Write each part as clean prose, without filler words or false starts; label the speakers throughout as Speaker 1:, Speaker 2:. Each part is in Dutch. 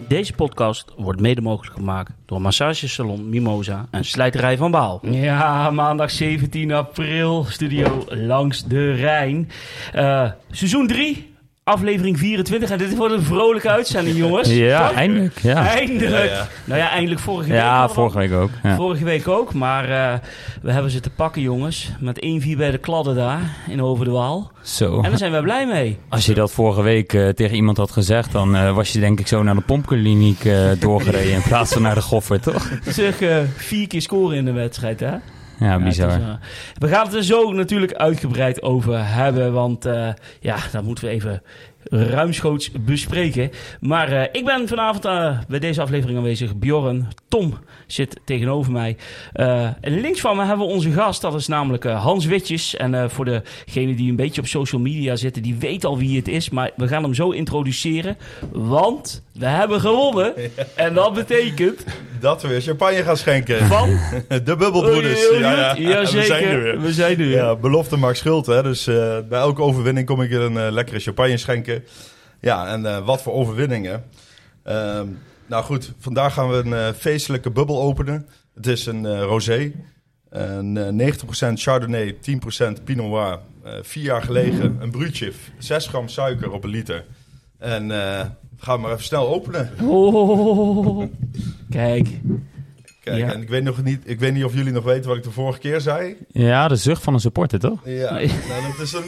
Speaker 1: Deze podcast wordt mede mogelijk gemaakt door Massagesalon Mimosa en Slijterij van Baal. Ja, maandag 17 april, studio Langs de Rijn. Seizoen 3, aflevering 24. En dit wordt een vrolijke uitzending, jongens.
Speaker 2: Ja,
Speaker 1: toch?
Speaker 2: eindelijk. Ja.
Speaker 1: Eindelijk.
Speaker 3: Ja.
Speaker 1: Nou ja, eindelijk vorige week.
Speaker 2: Ja, vorige week ook. Ja.
Speaker 1: Vorige week ook, maar we hebben ze te pakken, jongens. Met 1-4 bij de kladden daar in Over de Waal.
Speaker 2: Zo.
Speaker 1: En daar zijn we blij mee.
Speaker 2: Als je dat vorige week tegen iemand had gezegd, dan was je denk ik zo naar de pompkliniek doorgereden in plaats van naar de Goffert, toch?
Speaker 1: Zeg, 4 keer scoren in de wedstrijd, hè?
Speaker 2: Ja, bizar.
Speaker 1: Het is, we gaan het er zo natuurlijk uitgebreid over hebben, want dat moeten we even ruimschoots bespreken. Maar ik ben vanavond bij deze aflevering aanwezig. Bjorn, Tom zit tegenover mij. En links van me hebben we onze gast, dat is namelijk Hans Witjes. En voor degenen die een beetje op social media zitten, die weet al wie het is. Maar we gaan hem zo introduceren, want we hebben gewonnen. En dat betekent
Speaker 3: dat we weer champagne gaan schenken.
Speaker 1: Van
Speaker 3: de Bubbelbroeders.
Speaker 1: Ja, zeker. We zijn er weer.
Speaker 3: Ja, belofte maakt schuld, hè. Dus bij elke overwinning kom ik een lekkere champagne schenken. Ja, en wat voor overwinningen. Nou goed, vandaag gaan we een feestelijke bubbel openen. Het is een rosé. 90% Chardonnay, 10% Pinot Noir. 4 jaar gelegen, een bruutje, 6 gram suiker op een liter. En we gaan maar even snel openen.
Speaker 1: Oh, kijk.
Speaker 3: Kijk,
Speaker 1: Ja.
Speaker 3: en ik weet niet of jullie nog weten wat ik de vorige keer zei.
Speaker 2: Ja, de zucht van een supporter, toch?
Speaker 3: Ja,
Speaker 1: Nee.
Speaker 3: nou, dat is een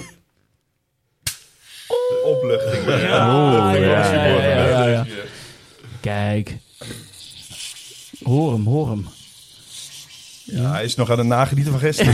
Speaker 3: opluchting.
Speaker 1: Ja. Kijk. Hoor hem.
Speaker 3: Ja, hij is nog aan het nagenieten van gisteren.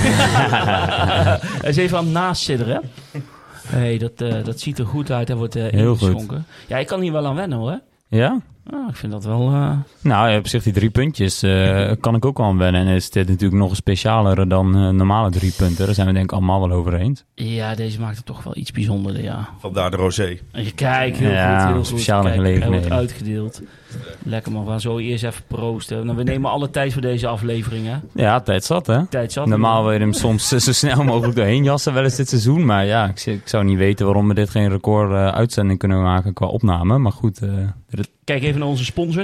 Speaker 1: Hij is even aan het naasidderen. Hey, dat ziet er goed uit. Hij wordt
Speaker 2: Heel
Speaker 1: ingeschonken. Ja, ik kan hier wel aan wennen, hoor.
Speaker 2: Ja?
Speaker 1: Ik vind dat wel...
Speaker 2: Nou, op zich die 3 puntjes kan ik ook wel aan wennen. En is dit natuurlijk nog een specialere dan normale 3 punten. Daar zijn we denk ik allemaal wel over eens.
Speaker 1: Ja, deze maakt het toch wel iets bijzonderder, ja.
Speaker 3: Vandaar de rosé.
Speaker 1: Kijk, heel
Speaker 2: Ja,
Speaker 1: goed, heel goed.
Speaker 2: speciale
Speaker 1: Kijk, hij
Speaker 2: gelegenheden.
Speaker 1: wordt uitgedeeld. Lekker, maar we gaan zo eerst even proosten. Nou, we nemen alle tijd voor deze aflevering, hè.
Speaker 2: Ja, tijd zat, hè?
Speaker 1: Tijd zat.
Speaker 2: Normaal wil je hem soms zo snel mogelijk doorheen jassen, wel eens dit seizoen. Maar ja, ik zou niet weten waarom we dit geen record uitzending kunnen maken qua opname. Maar goed.
Speaker 1: Kijk even naar onze sponsor.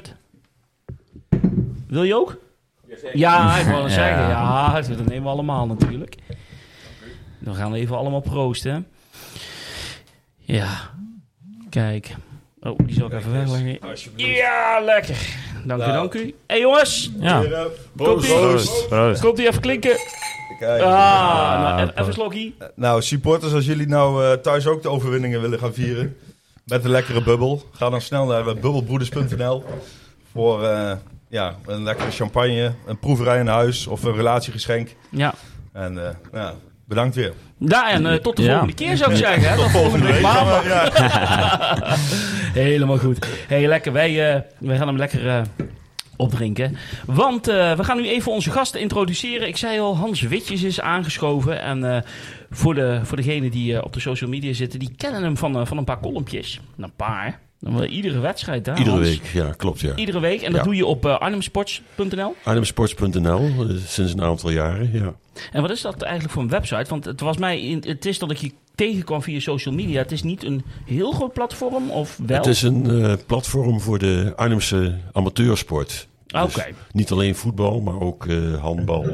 Speaker 1: Wil je ook? Ja, ik wou het zeggen. Ja, dat nemen we allemaal natuurlijk. Dan gaan we even allemaal proosten. Ja, kijk. Oh, die zal ik even wegleggen. Ja, lekker. Dank u. Hé jongens,
Speaker 2: Ja.
Speaker 3: Proost.
Speaker 1: komt die even klinken?
Speaker 3: Kijk.
Speaker 1: Even een slokkie.
Speaker 3: Nou, supporters, als jullie nou thuis ook de overwinningen willen gaan vieren met een lekkere bubbel, ga dan snel naar bubbelbroeders.nl voor een lekkere champagne, een proeverij in huis of een relatiegeschenk.
Speaker 1: Ja.
Speaker 3: En bedankt weer.
Speaker 1: Ja, en tot de volgende keer zou ik zeggen. Hè? Tot volgende week
Speaker 3: gaan
Speaker 1: maandag.
Speaker 3: we.
Speaker 1: Helemaal goed. Hey, lekker. Wij gaan hem lekker opdrinken. Want we gaan nu even onze gasten introduceren. Ik zei al, Hans Witjes is aangeschoven. En voor degenen die op de social media zitten, die kennen hem van een paar kolompjes. Een paar. Dan wel iedere wedstrijd, hè,
Speaker 4: Iedere
Speaker 1: Hans?
Speaker 4: week, ja, klopt, ja.
Speaker 1: Iedere week. En dat
Speaker 4: Ja.
Speaker 1: doe je op arnhemsports.nl.
Speaker 4: Arnhemsports.nl, sinds een aantal jaren, ja.
Speaker 1: En wat is dat eigenlijk voor een website? Want het is dat ik je tegenkwam via social media. Het is niet een heel groot platform, of wel?
Speaker 4: Het is een platform voor de Arnhemse amateursport.
Speaker 1: Oké.
Speaker 4: Dus niet alleen voetbal, maar ook handbal.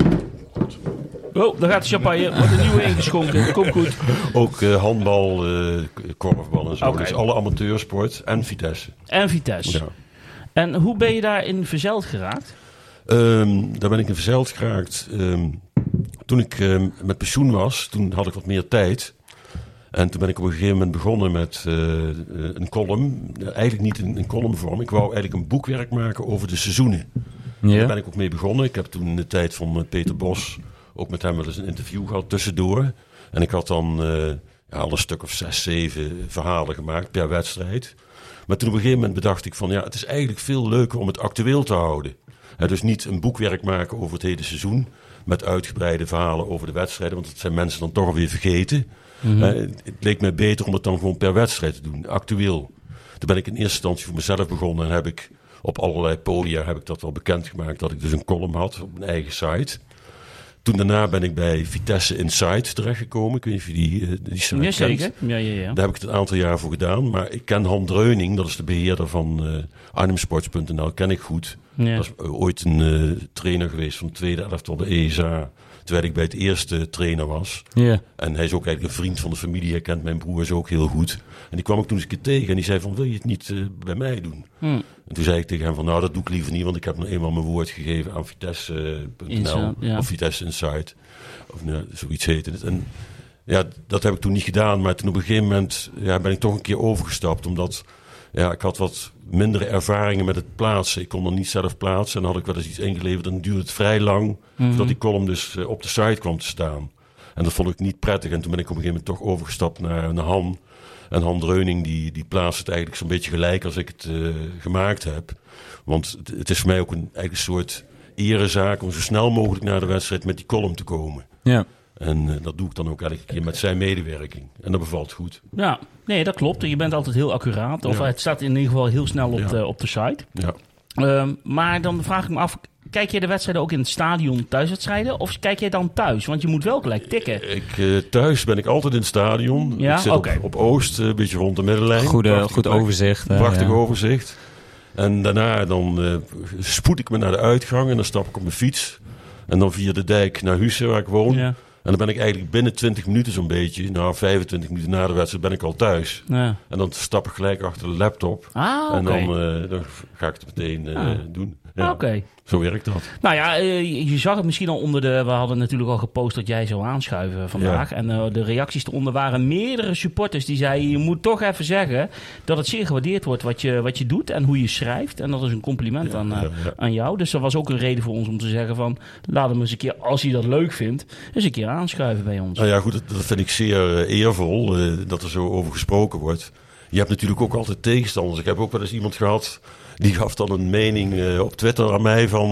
Speaker 1: Oh, daar gaat de champagne. Wordt een nieuwe ingeschonken. Komt goed.
Speaker 4: Ook handbal, korfbal en zo.
Speaker 1: Oké.
Speaker 4: Dus alle amateursport en Vitesse.
Speaker 1: En Vitesse.
Speaker 4: Ja.
Speaker 1: En hoe ben je daarin verzeild geraakt?
Speaker 4: Daar ben ik in verzeild geraakt. Toen ik met pensioen was, toen had ik wat meer tijd. En toen ben ik op een gegeven moment begonnen met een column. Eigenlijk niet in columnvorm. Ik wou eigenlijk een boekwerk maken over de seizoenen. Daar
Speaker 2: Ja.
Speaker 4: ben ik ook mee begonnen. Ik heb toen in de tijd van Peter Bos ook met hem wel eens een interview gehad tussendoor. En ik had dan al een stuk of 6, 7 verhalen gemaakt per wedstrijd. Maar toen op een gegeven moment bedacht ik van het is eigenlijk veel leuker om het actueel te houden. Dus niet een boekwerk maken over het hele seizoen met uitgebreide verhalen over de wedstrijden, want dat zijn mensen dan toch alweer vergeten. Het leek mij beter om het dan gewoon per wedstrijd te doen, actueel. Toen ben ik in eerste instantie voor mezelf begonnen en heb ik op allerlei podia heb ik dat wel bekendgemaakt dat ik dus een column had op mijn eigen site. Toen daarna ben ik bij Vitesse Insight terechtgekomen. Ik weet niet of je die site
Speaker 1: Ja,
Speaker 4: kent.
Speaker 1: zeker. Ja.
Speaker 4: Daar heb ik het een aantal jaar voor gedaan. Maar ik ken Han Dreuning, dat is de beheerder van Arnhemsports.nl, ken ik goed.
Speaker 1: Ja.
Speaker 4: Dat is ooit een trainer geweest van de tweede elftal bij ESA. Terwijl ik bij het eerste trainer was.
Speaker 2: Ja.
Speaker 4: En hij is ook eigenlijk een vriend van de familie. Hij kent mijn broers ook heel goed. En die kwam ik toen eens een keer tegen. En die zei van, wil je het niet bij mij doen? En toen zei ik tegen hem van, nou dat doe ik liever niet. Want ik heb nog eenmaal mijn woord gegeven aan Vitesse.nl.
Speaker 1: Ja.
Speaker 4: Of Vitesse Insight. Of zoiets heette het. En ja, dat heb ik toen niet gedaan. Maar toen op een gegeven moment ben ik toch een keer overgestapt. Omdat ik had wat mindere ervaringen met het plaatsen. Ik kon er niet zelf plaatsen. En dan had ik wel eens iets ingeleverd. En dan duurde het vrij lang voordat die column dus op de site kwam te staan. En dat vond ik niet prettig. En toen ben ik op een gegeven moment toch overgestapt naar Han. En Han Dreuning die plaatst het eigenlijk zo'n beetje gelijk als ik het gemaakt heb. Want het is voor mij ook eigenlijk een soort erezaak om zo snel mogelijk naar de wedstrijd met die column te komen.
Speaker 2: Ja.
Speaker 4: En dat doe ik dan ook elke keer met zijn medewerking. En dat bevalt goed.
Speaker 1: Ja, nee, dat klopt. Je bent altijd heel accuraat. Of
Speaker 4: Ja.
Speaker 1: het staat in ieder geval heel snel op de site.
Speaker 4: Ja.
Speaker 1: Maar dan vraag ik me af, kijk je de wedstrijden ook in het stadion thuiswedstrijden? Of kijk je dan thuis? Want je moet wel gelijk tikken.
Speaker 4: Thuis ben ik altijd in het stadion.
Speaker 1: Ja?
Speaker 4: Ik zit op Oost, een beetje rond de middenlijn.
Speaker 2: Goed overzicht.
Speaker 4: Prachtig overzicht. En daarna dan spoed ik me naar de uitgang en dan stap ik op mijn fiets. En dan via de dijk naar Husse, waar ik woon.
Speaker 1: Ja.
Speaker 4: En dan ben ik eigenlijk binnen 20 minuten zo'n beetje, 25 minuten na de wedstrijd ben ik al thuis.
Speaker 1: Ja.
Speaker 4: En dan stap ik gelijk achter de laptop. En dan ga ik het meteen doen. Ja.
Speaker 1: Oké.
Speaker 4: Zo werkt dat.
Speaker 1: Nou ja, je zag het misschien al onder we hadden natuurlijk al gepost dat jij zou aanschuiven vandaag.
Speaker 4: Ja.
Speaker 1: En de reacties eronder waren meerdere supporters die zeiden, je moet toch even zeggen dat het zeer gewaardeerd wordt wat je doet en hoe je schrijft. En dat is een compliment aan jou. Dus dat was ook een reden voor ons om te zeggen van, laat hem eens een keer, als hij dat leuk vindt, eens een keer aanschuiven bij ons.
Speaker 4: Nou ja, goed, dat vind ik zeer eervol dat er zo over gesproken wordt. Je hebt natuurlijk ook altijd tegenstanders. Ik heb ook wel eens iemand gehad, die gaf dan een mening op Twitter aan mij van,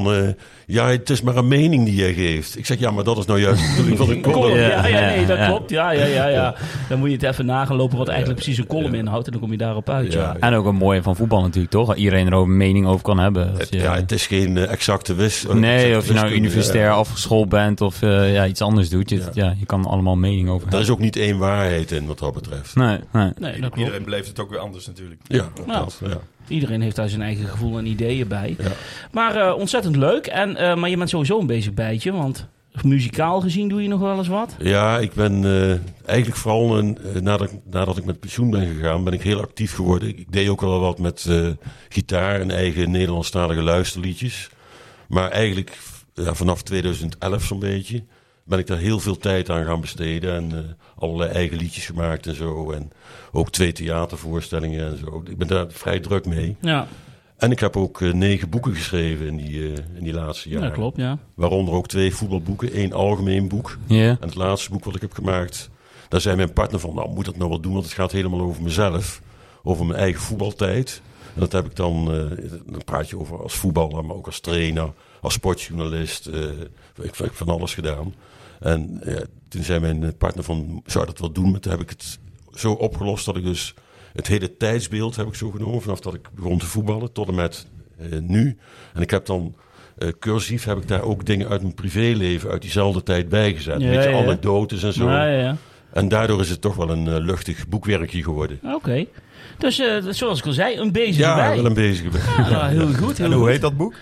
Speaker 4: het is maar een mening die jij geeft. Ik zeg, ja, maar dat is nou juist de bedoeling van een column.
Speaker 1: Nee, dat klopt. Ja. Dan moet je het even nagelopen wat eigenlijk precies een column inhoudt en dan kom je daarop uit. Ja.
Speaker 2: En ook een mooie van voetbal natuurlijk, toch? Iedereen er ook een mening over kan hebben.
Speaker 4: Het is geen exacte
Speaker 2: Nee, of je nou universitair afgeschoold bent of iets anders doet. Je kan allemaal mening over hebben.
Speaker 4: Er is ook niet één waarheid in wat dat betreft.
Speaker 2: Nee,
Speaker 1: dat klopt.
Speaker 3: Iedereen beleeft het ook weer anders natuurlijk.
Speaker 4: Ja.
Speaker 1: Iedereen heeft daar zijn eigen gevoel en ideeën bij.
Speaker 4: Ja.
Speaker 1: Maar ontzettend leuk. Maar je bent sowieso een bezig bijtje, want muzikaal gezien doe je nog wel eens wat?
Speaker 4: Ja, ik ben eigenlijk vooral nadat ik met pensioen ben gegaan, ben ik heel actief geworden. Ik deed ook wel wat met gitaar en eigen Nederlandstalige luisterliedjes. Maar eigenlijk vanaf 2011 zo'n beetje ben ik daar heel veel tijd aan gaan besteden. En allerlei eigen liedjes gemaakt en zo. En ook 2 theatervoorstellingen en zo. Ik ben daar vrij druk mee.
Speaker 1: Ja.
Speaker 4: En ik heb ook 9 boeken geschreven in die laatste jaren.
Speaker 1: Ja, klopt, ja.
Speaker 4: Waaronder ook 2 voetbalboeken, 1 algemeen boek.
Speaker 2: Yeah.
Speaker 4: En het laatste boek wat ik heb gemaakt, daar zei mijn partner van, nou moet dat nou wel doen, want het gaat helemaal over mezelf. Over mijn eigen voetbaltijd. En dat heb ik dan praat je over als voetballer, maar ook als trainer, als sportjournalist. Ik heb van alles gedaan. En toen zei mijn partner van, zou dat wel doen? Maar toen heb ik het zo opgelost dat ik dus het hele tijdsbeeld heb ik zo genomen, vanaf dat ik begon te voetballen tot en met nu. En ik heb dan cursief heb ik daar ook dingen uit mijn privéleven uit diezelfde tijd bijgezet. Een beetje anekdotes en zo.
Speaker 1: Ja.
Speaker 4: En daardoor is het toch wel een luchtig boekwerkje geworden.
Speaker 1: Oké. Dus zoals ik al zei, een bezige
Speaker 4: Ja,
Speaker 1: bij.
Speaker 4: wel een bezige bij.
Speaker 1: Ja, heel goed.
Speaker 3: En hoe heet dat boek?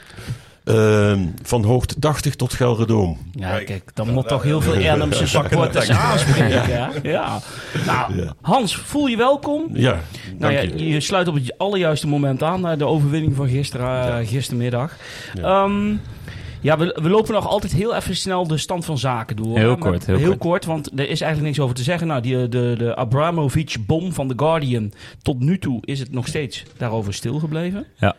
Speaker 4: Van hoogte 80 tot Gelderdoom.
Speaker 1: Ja, kijk, dan moet toch heel veel Ernemse supporters aanspreken. Ja. Nou, Hans, voel je welkom?
Speaker 4: Ja, dank je.
Speaker 1: Je sluit op het allerjuiste moment aan naar de overwinning van gistermiddag. Ja. We lopen nog altijd heel even snel de stand van zaken door. Heel kort, want er is eigenlijk niks over te zeggen. Nou, de Abramovich-bom van The Guardian. Tot nu toe is het nog steeds daarover stilgebleven.
Speaker 2: Ja.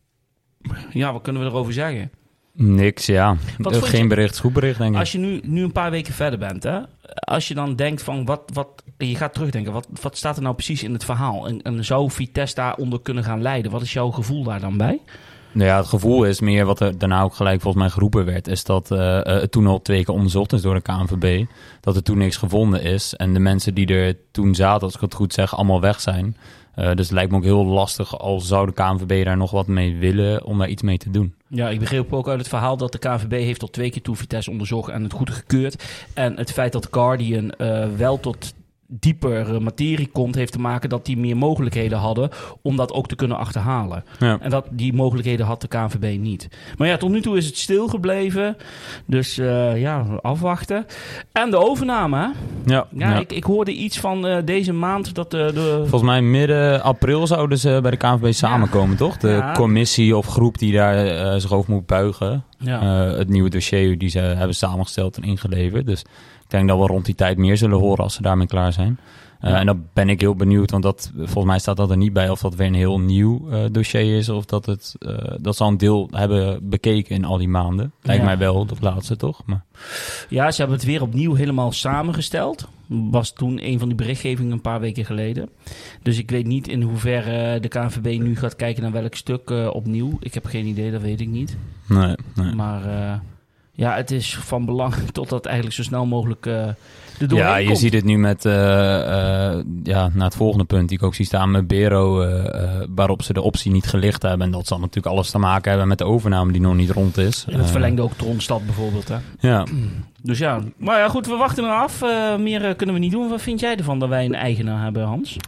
Speaker 1: Ja, wat kunnen we erover zeggen?
Speaker 2: Niks, ja. Geen bericht is goed bericht, denk ik.
Speaker 1: Als je nu een paar weken verder bent, hè? Als je dan denkt van je gaat terugdenken, wat staat er nou precies in het verhaal? En zou Vitesse daaronder kunnen gaan leiden? Wat is jouw gevoel daar dan bij?
Speaker 2: Nou ja, het gevoel is meer wat er daarna ook gelijk volgens mij geroepen werd, is dat het toen al 2 keer onderzocht is door de KNVB. Dat er toen niks gevonden is. En de mensen die er toen zaten, als ik het goed zeg, allemaal weg zijn. Dus het lijkt me ook heel lastig, al zou de KNVB daar nog wat mee willen, om daar iets mee te doen.
Speaker 1: Ja, ik begreep ook uit het verhaal dat de KNVB heeft tot 2 keer toe Vitesse onderzocht en het goedgekeurd. En het feit dat The Guardian wel tot dieper materie komt, heeft te maken dat die meer mogelijkheden hadden om dat ook te kunnen achterhalen.
Speaker 2: Ja.
Speaker 1: En dat die mogelijkheden had de KNVB niet. Maar ja, tot nu toe is het stil gebleven. Dus afwachten. En de overname, hè?
Speaker 2: Ja.
Speaker 1: Ik hoorde iets van deze maand dat de...
Speaker 2: Volgens mij midden april zouden ze bij de KNVB samenkomen, toch? De commissie of groep die daar zich over moet buigen.
Speaker 1: Ja.
Speaker 2: Het nieuwe dossier die ze hebben samengesteld en ingeleverd. Dus ik denk dat we rond die tijd meer zullen horen als ze daarmee klaar zijn. En dan ben ik heel benieuwd, want volgens mij staat dat er niet bij of dat weer een heel nieuw dossier is. Of dat ze al een deel hebben bekeken in al die maanden. Lijkt mij wel, dat laatste toch? Maar...
Speaker 1: Ja, ze hebben het weer opnieuw helemaal samengesteld. Was toen een van die berichtgevingen een paar weken geleden. Dus ik weet niet in hoeverre de KNVB nu gaat kijken naar welk stuk opnieuw. Ik heb geen idee, dat weet ik niet.
Speaker 2: Nee.
Speaker 1: Maar het is van belang totdat eigenlijk zo snel mogelijk de doorheen komt.
Speaker 2: Je ziet het nu met naar het volgende punt die ik ook zie staan met Bero, waarop ze de optie niet gelicht hebben. En dat zal natuurlijk alles te maken hebben met de overname die nog niet rond is.
Speaker 1: En het verlengde ook Tronstad bijvoorbeeld, hè?
Speaker 2: Ja.
Speaker 1: Dus ja, maar ja, goed, we wachten eraf. Meer kunnen we niet doen. Wat vind jij ervan dat wij een eigenaar hebben, Hans?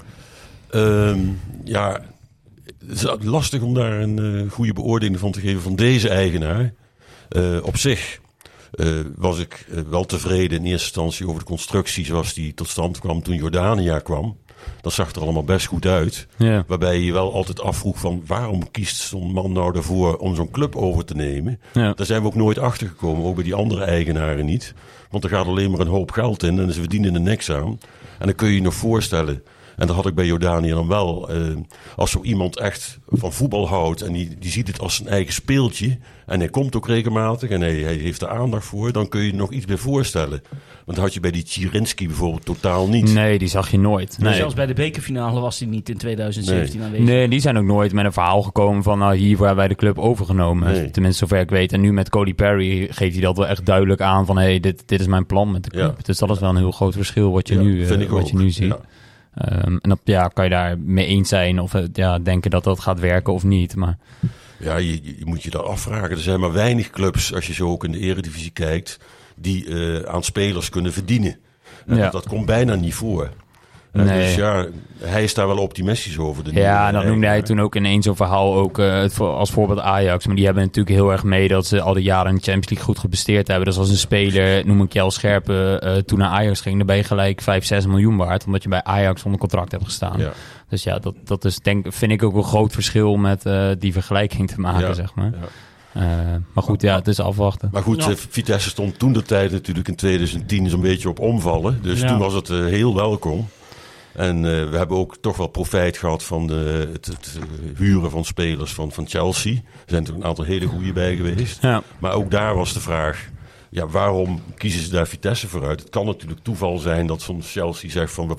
Speaker 4: Het is lastig om daar een goede beoordeling van te geven van deze eigenaar. Op zich was ik wel tevreden in eerste instantie over de constructie zoals die tot stand kwam toen Jordania kwam. Dat zag er allemaal best goed uit.
Speaker 2: Ja.
Speaker 4: Waarbij je wel altijd afvroeg van waarom kiest zo'n man nou ervoor om zo'n club over te nemen.
Speaker 2: Ja.
Speaker 4: Daar zijn we ook nooit achter gekomen, ook bij die andere eigenaren niet. Want er gaat alleen maar een hoop geld in en ze verdienen er niks aan. En dan kun je je nog voorstellen, en dat had ik bij Jordania dan wel, als zo iemand echt van voetbal houdt en die ziet het als zijn eigen speeltje en hij komt ook regelmatig en hij heeft er aandacht voor, dan kun je je nog iets bij voorstellen. Want dat had je bij die Tjirinski bijvoorbeeld totaal niet.
Speaker 2: Nee, die zag je nooit. Nee.
Speaker 1: Zelfs bij de bekerfinale was hij niet in 2017 aanwezig.
Speaker 2: Nee, die zijn ook nooit met een verhaal gekomen van hiervoor hebben wij de club overgenomen.
Speaker 4: Nee.
Speaker 2: Tenminste, zover ik weet. En nu met Cody Perry geeft hij dat wel echt duidelijk aan van dit is mijn plan met de club.
Speaker 4: Ja.
Speaker 2: Dus dat is wel een heel groot verschil wat je nu ziet.
Speaker 4: Ja.
Speaker 2: En dan kan je daar mee eens zijn of denken dat dat gaat werken of niet. Maar...
Speaker 4: Ja, je moet je daar afvragen. Er zijn maar weinig clubs, als je zo ook in de Eredivisie kijkt, die aan spelers kunnen verdienen. Dat komt bijna niet voor.
Speaker 2: Nee.
Speaker 4: Dus hij is daar wel optimistisch over.
Speaker 2: En dat noemde hij toen ook in zo'n verhaal ook als voorbeeld Ajax. Maar die hebben natuurlijk heel erg mee dat ze al die jaren in de Champions League goed gepresteerd hebben. Dus als een speler, noem ik Jel Scherpen, toen naar Ajax ging, dan ben je gelijk 5-6 miljoen waard. Omdat je bij Ajax onder contract hebt gestaan. Ja. Dus dat is vind ik ook een groot verschil met die vergelijking te maken, zeg maar. Ja. Maar goed, het is afwachten.
Speaker 4: Maar goed, Vitesse stond toen de tijd natuurlijk in 2010 zo'n beetje op omvallen. Dus toen was het heel welkom. En we hebben ook toch wel profijt gehad van het huren van spelers van Chelsea. Er zijn er een aantal hele goede bij geweest. Ja. Maar ook daar was de vraag, waarom kiezen ze daar Vitesse voor uit? Het kan natuurlijk toeval zijn dat soms Chelsea zegt van we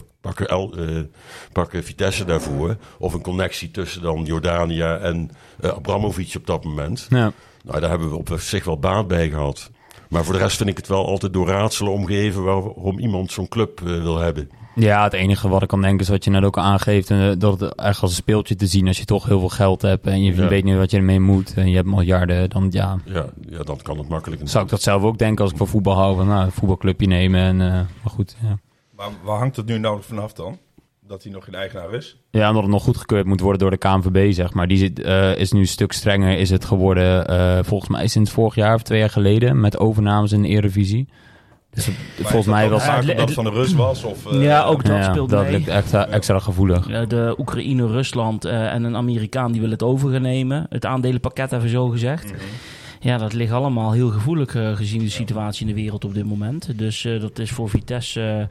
Speaker 4: pakken Vitesse daarvoor. Of een connectie tussen dan Jordania en Abramovic op dat moment. Ja. Nou, daar hebben we op zich wel baat bij gehad. Maar voor de rest vind ik het wel altijd door raadselen omgeven waarom iemand zo'n club wil hebben.
Speaker 2: Ja, het enige wat ik kan denken is wat je net ook aangeeft. Dat het echt als een speeltje te zien als je toch heel veel geld hebt. En je weet niet wat je ermee moet. En je hebt miljarden. Dan
Speaker 4: dan kan het makkelijk.
Speaker 2: Zou ik dat zelf ook denken als ik van voetbal hou. Van een voetbalclubje nemen. Maar goed,
Speaker 3: Maar waar hangt het nu nou vanaf dan? Dat hij nog geen eigenaar is?
Speaker 2: Ja, omdat het nog goedgekeurd moet worden door de KNVB, zeg maar. Die is nu een stuk strenger is het geworden. Volgens mij sinds vorig jaar of 2 jaar geleden. Met overnames in de Eredivisie. Dus volgens mij was
Speaker 3: dat het van de Rus was? Of,
Speaker 1: ook dat speelt mee.
Speaker 2: Dat ligt extra gevoelig.
Speaker 1: De Oekraïne, Rusland en een Amerikaan die wil het overnemen. Het aandelenpakket even zo gezegd. Mm-hmm. Ja, dat ligt allemaal heel gevoelig gezien de situatie in de wereld op dit moment. Dus dat is voor Vitesse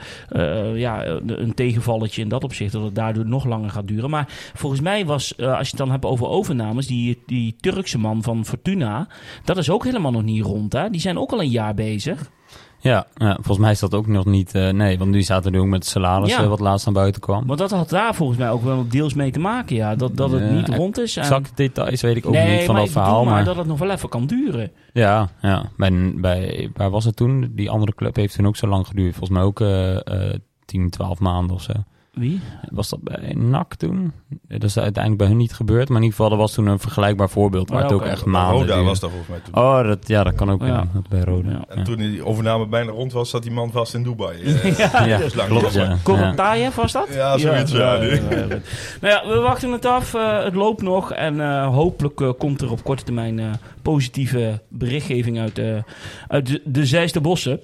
Speaker 1: een tegenvalletje in dat opzicht. Dat het daardoor nog langer gaat duren. Maar volgens mij was, als je het dan hebt over overnames, die Turkse man van Fortuna, dat is ook helemaal nog niet rond. Hè? Die zijn ook al een jaar bezig.
Speaker 2: Ja, volgens mij is dat ook nog niet... want die zaten nu ook met het salaris wat laatst naar buiten kwam.
Speaker 1: Maar dat had daar volgens mij ook wel deels mee te maken, ja. Dat het niet rond is.
Speaker 2: Exacte details weet ik ook niet van dat verhaal.
Speaker 1: Maar dat het nog wel even kan duren.
Speaker 2: Ja. Bij waar was het toen? Die andere club heeft toen ook zo lang geduurd. Volgens mij ook 10, 12 maanden of zo.
Speaker 1: Wie?
Speaker 2: Was dat bij NAC toen? Dat is uiteindelijk bij hun niet gebeurd. Maar in ieder geval, er was toen een vergelijkbaar voorbeeld. Waar het ook echt maanden
Speaker 3: Roda
Speaker 2: duurde.
Speaker 3: was daar volgens mij toen.
Speaker 2: Oh, dat kan ook bij Roda.
Speaker 1: Ja.
Speaker 3: En toen die overname bijna rond was, zat die man vast in Dubai.
Speaker 2: Ja,
Speaker 3: dat is lang
Speaker 2: klopt,
Speaker 3: geleden.
Speaker 2: ja.
Speaker 1: Korotayev was dat?
Speaker 3: Ja, zoiets, ja.
Speaker 1: Nou ja, we wachten het af. Het loopt nog. En hopelijk komt er op korte termijn positieve berichtgeving uit de Zeiste Bossen.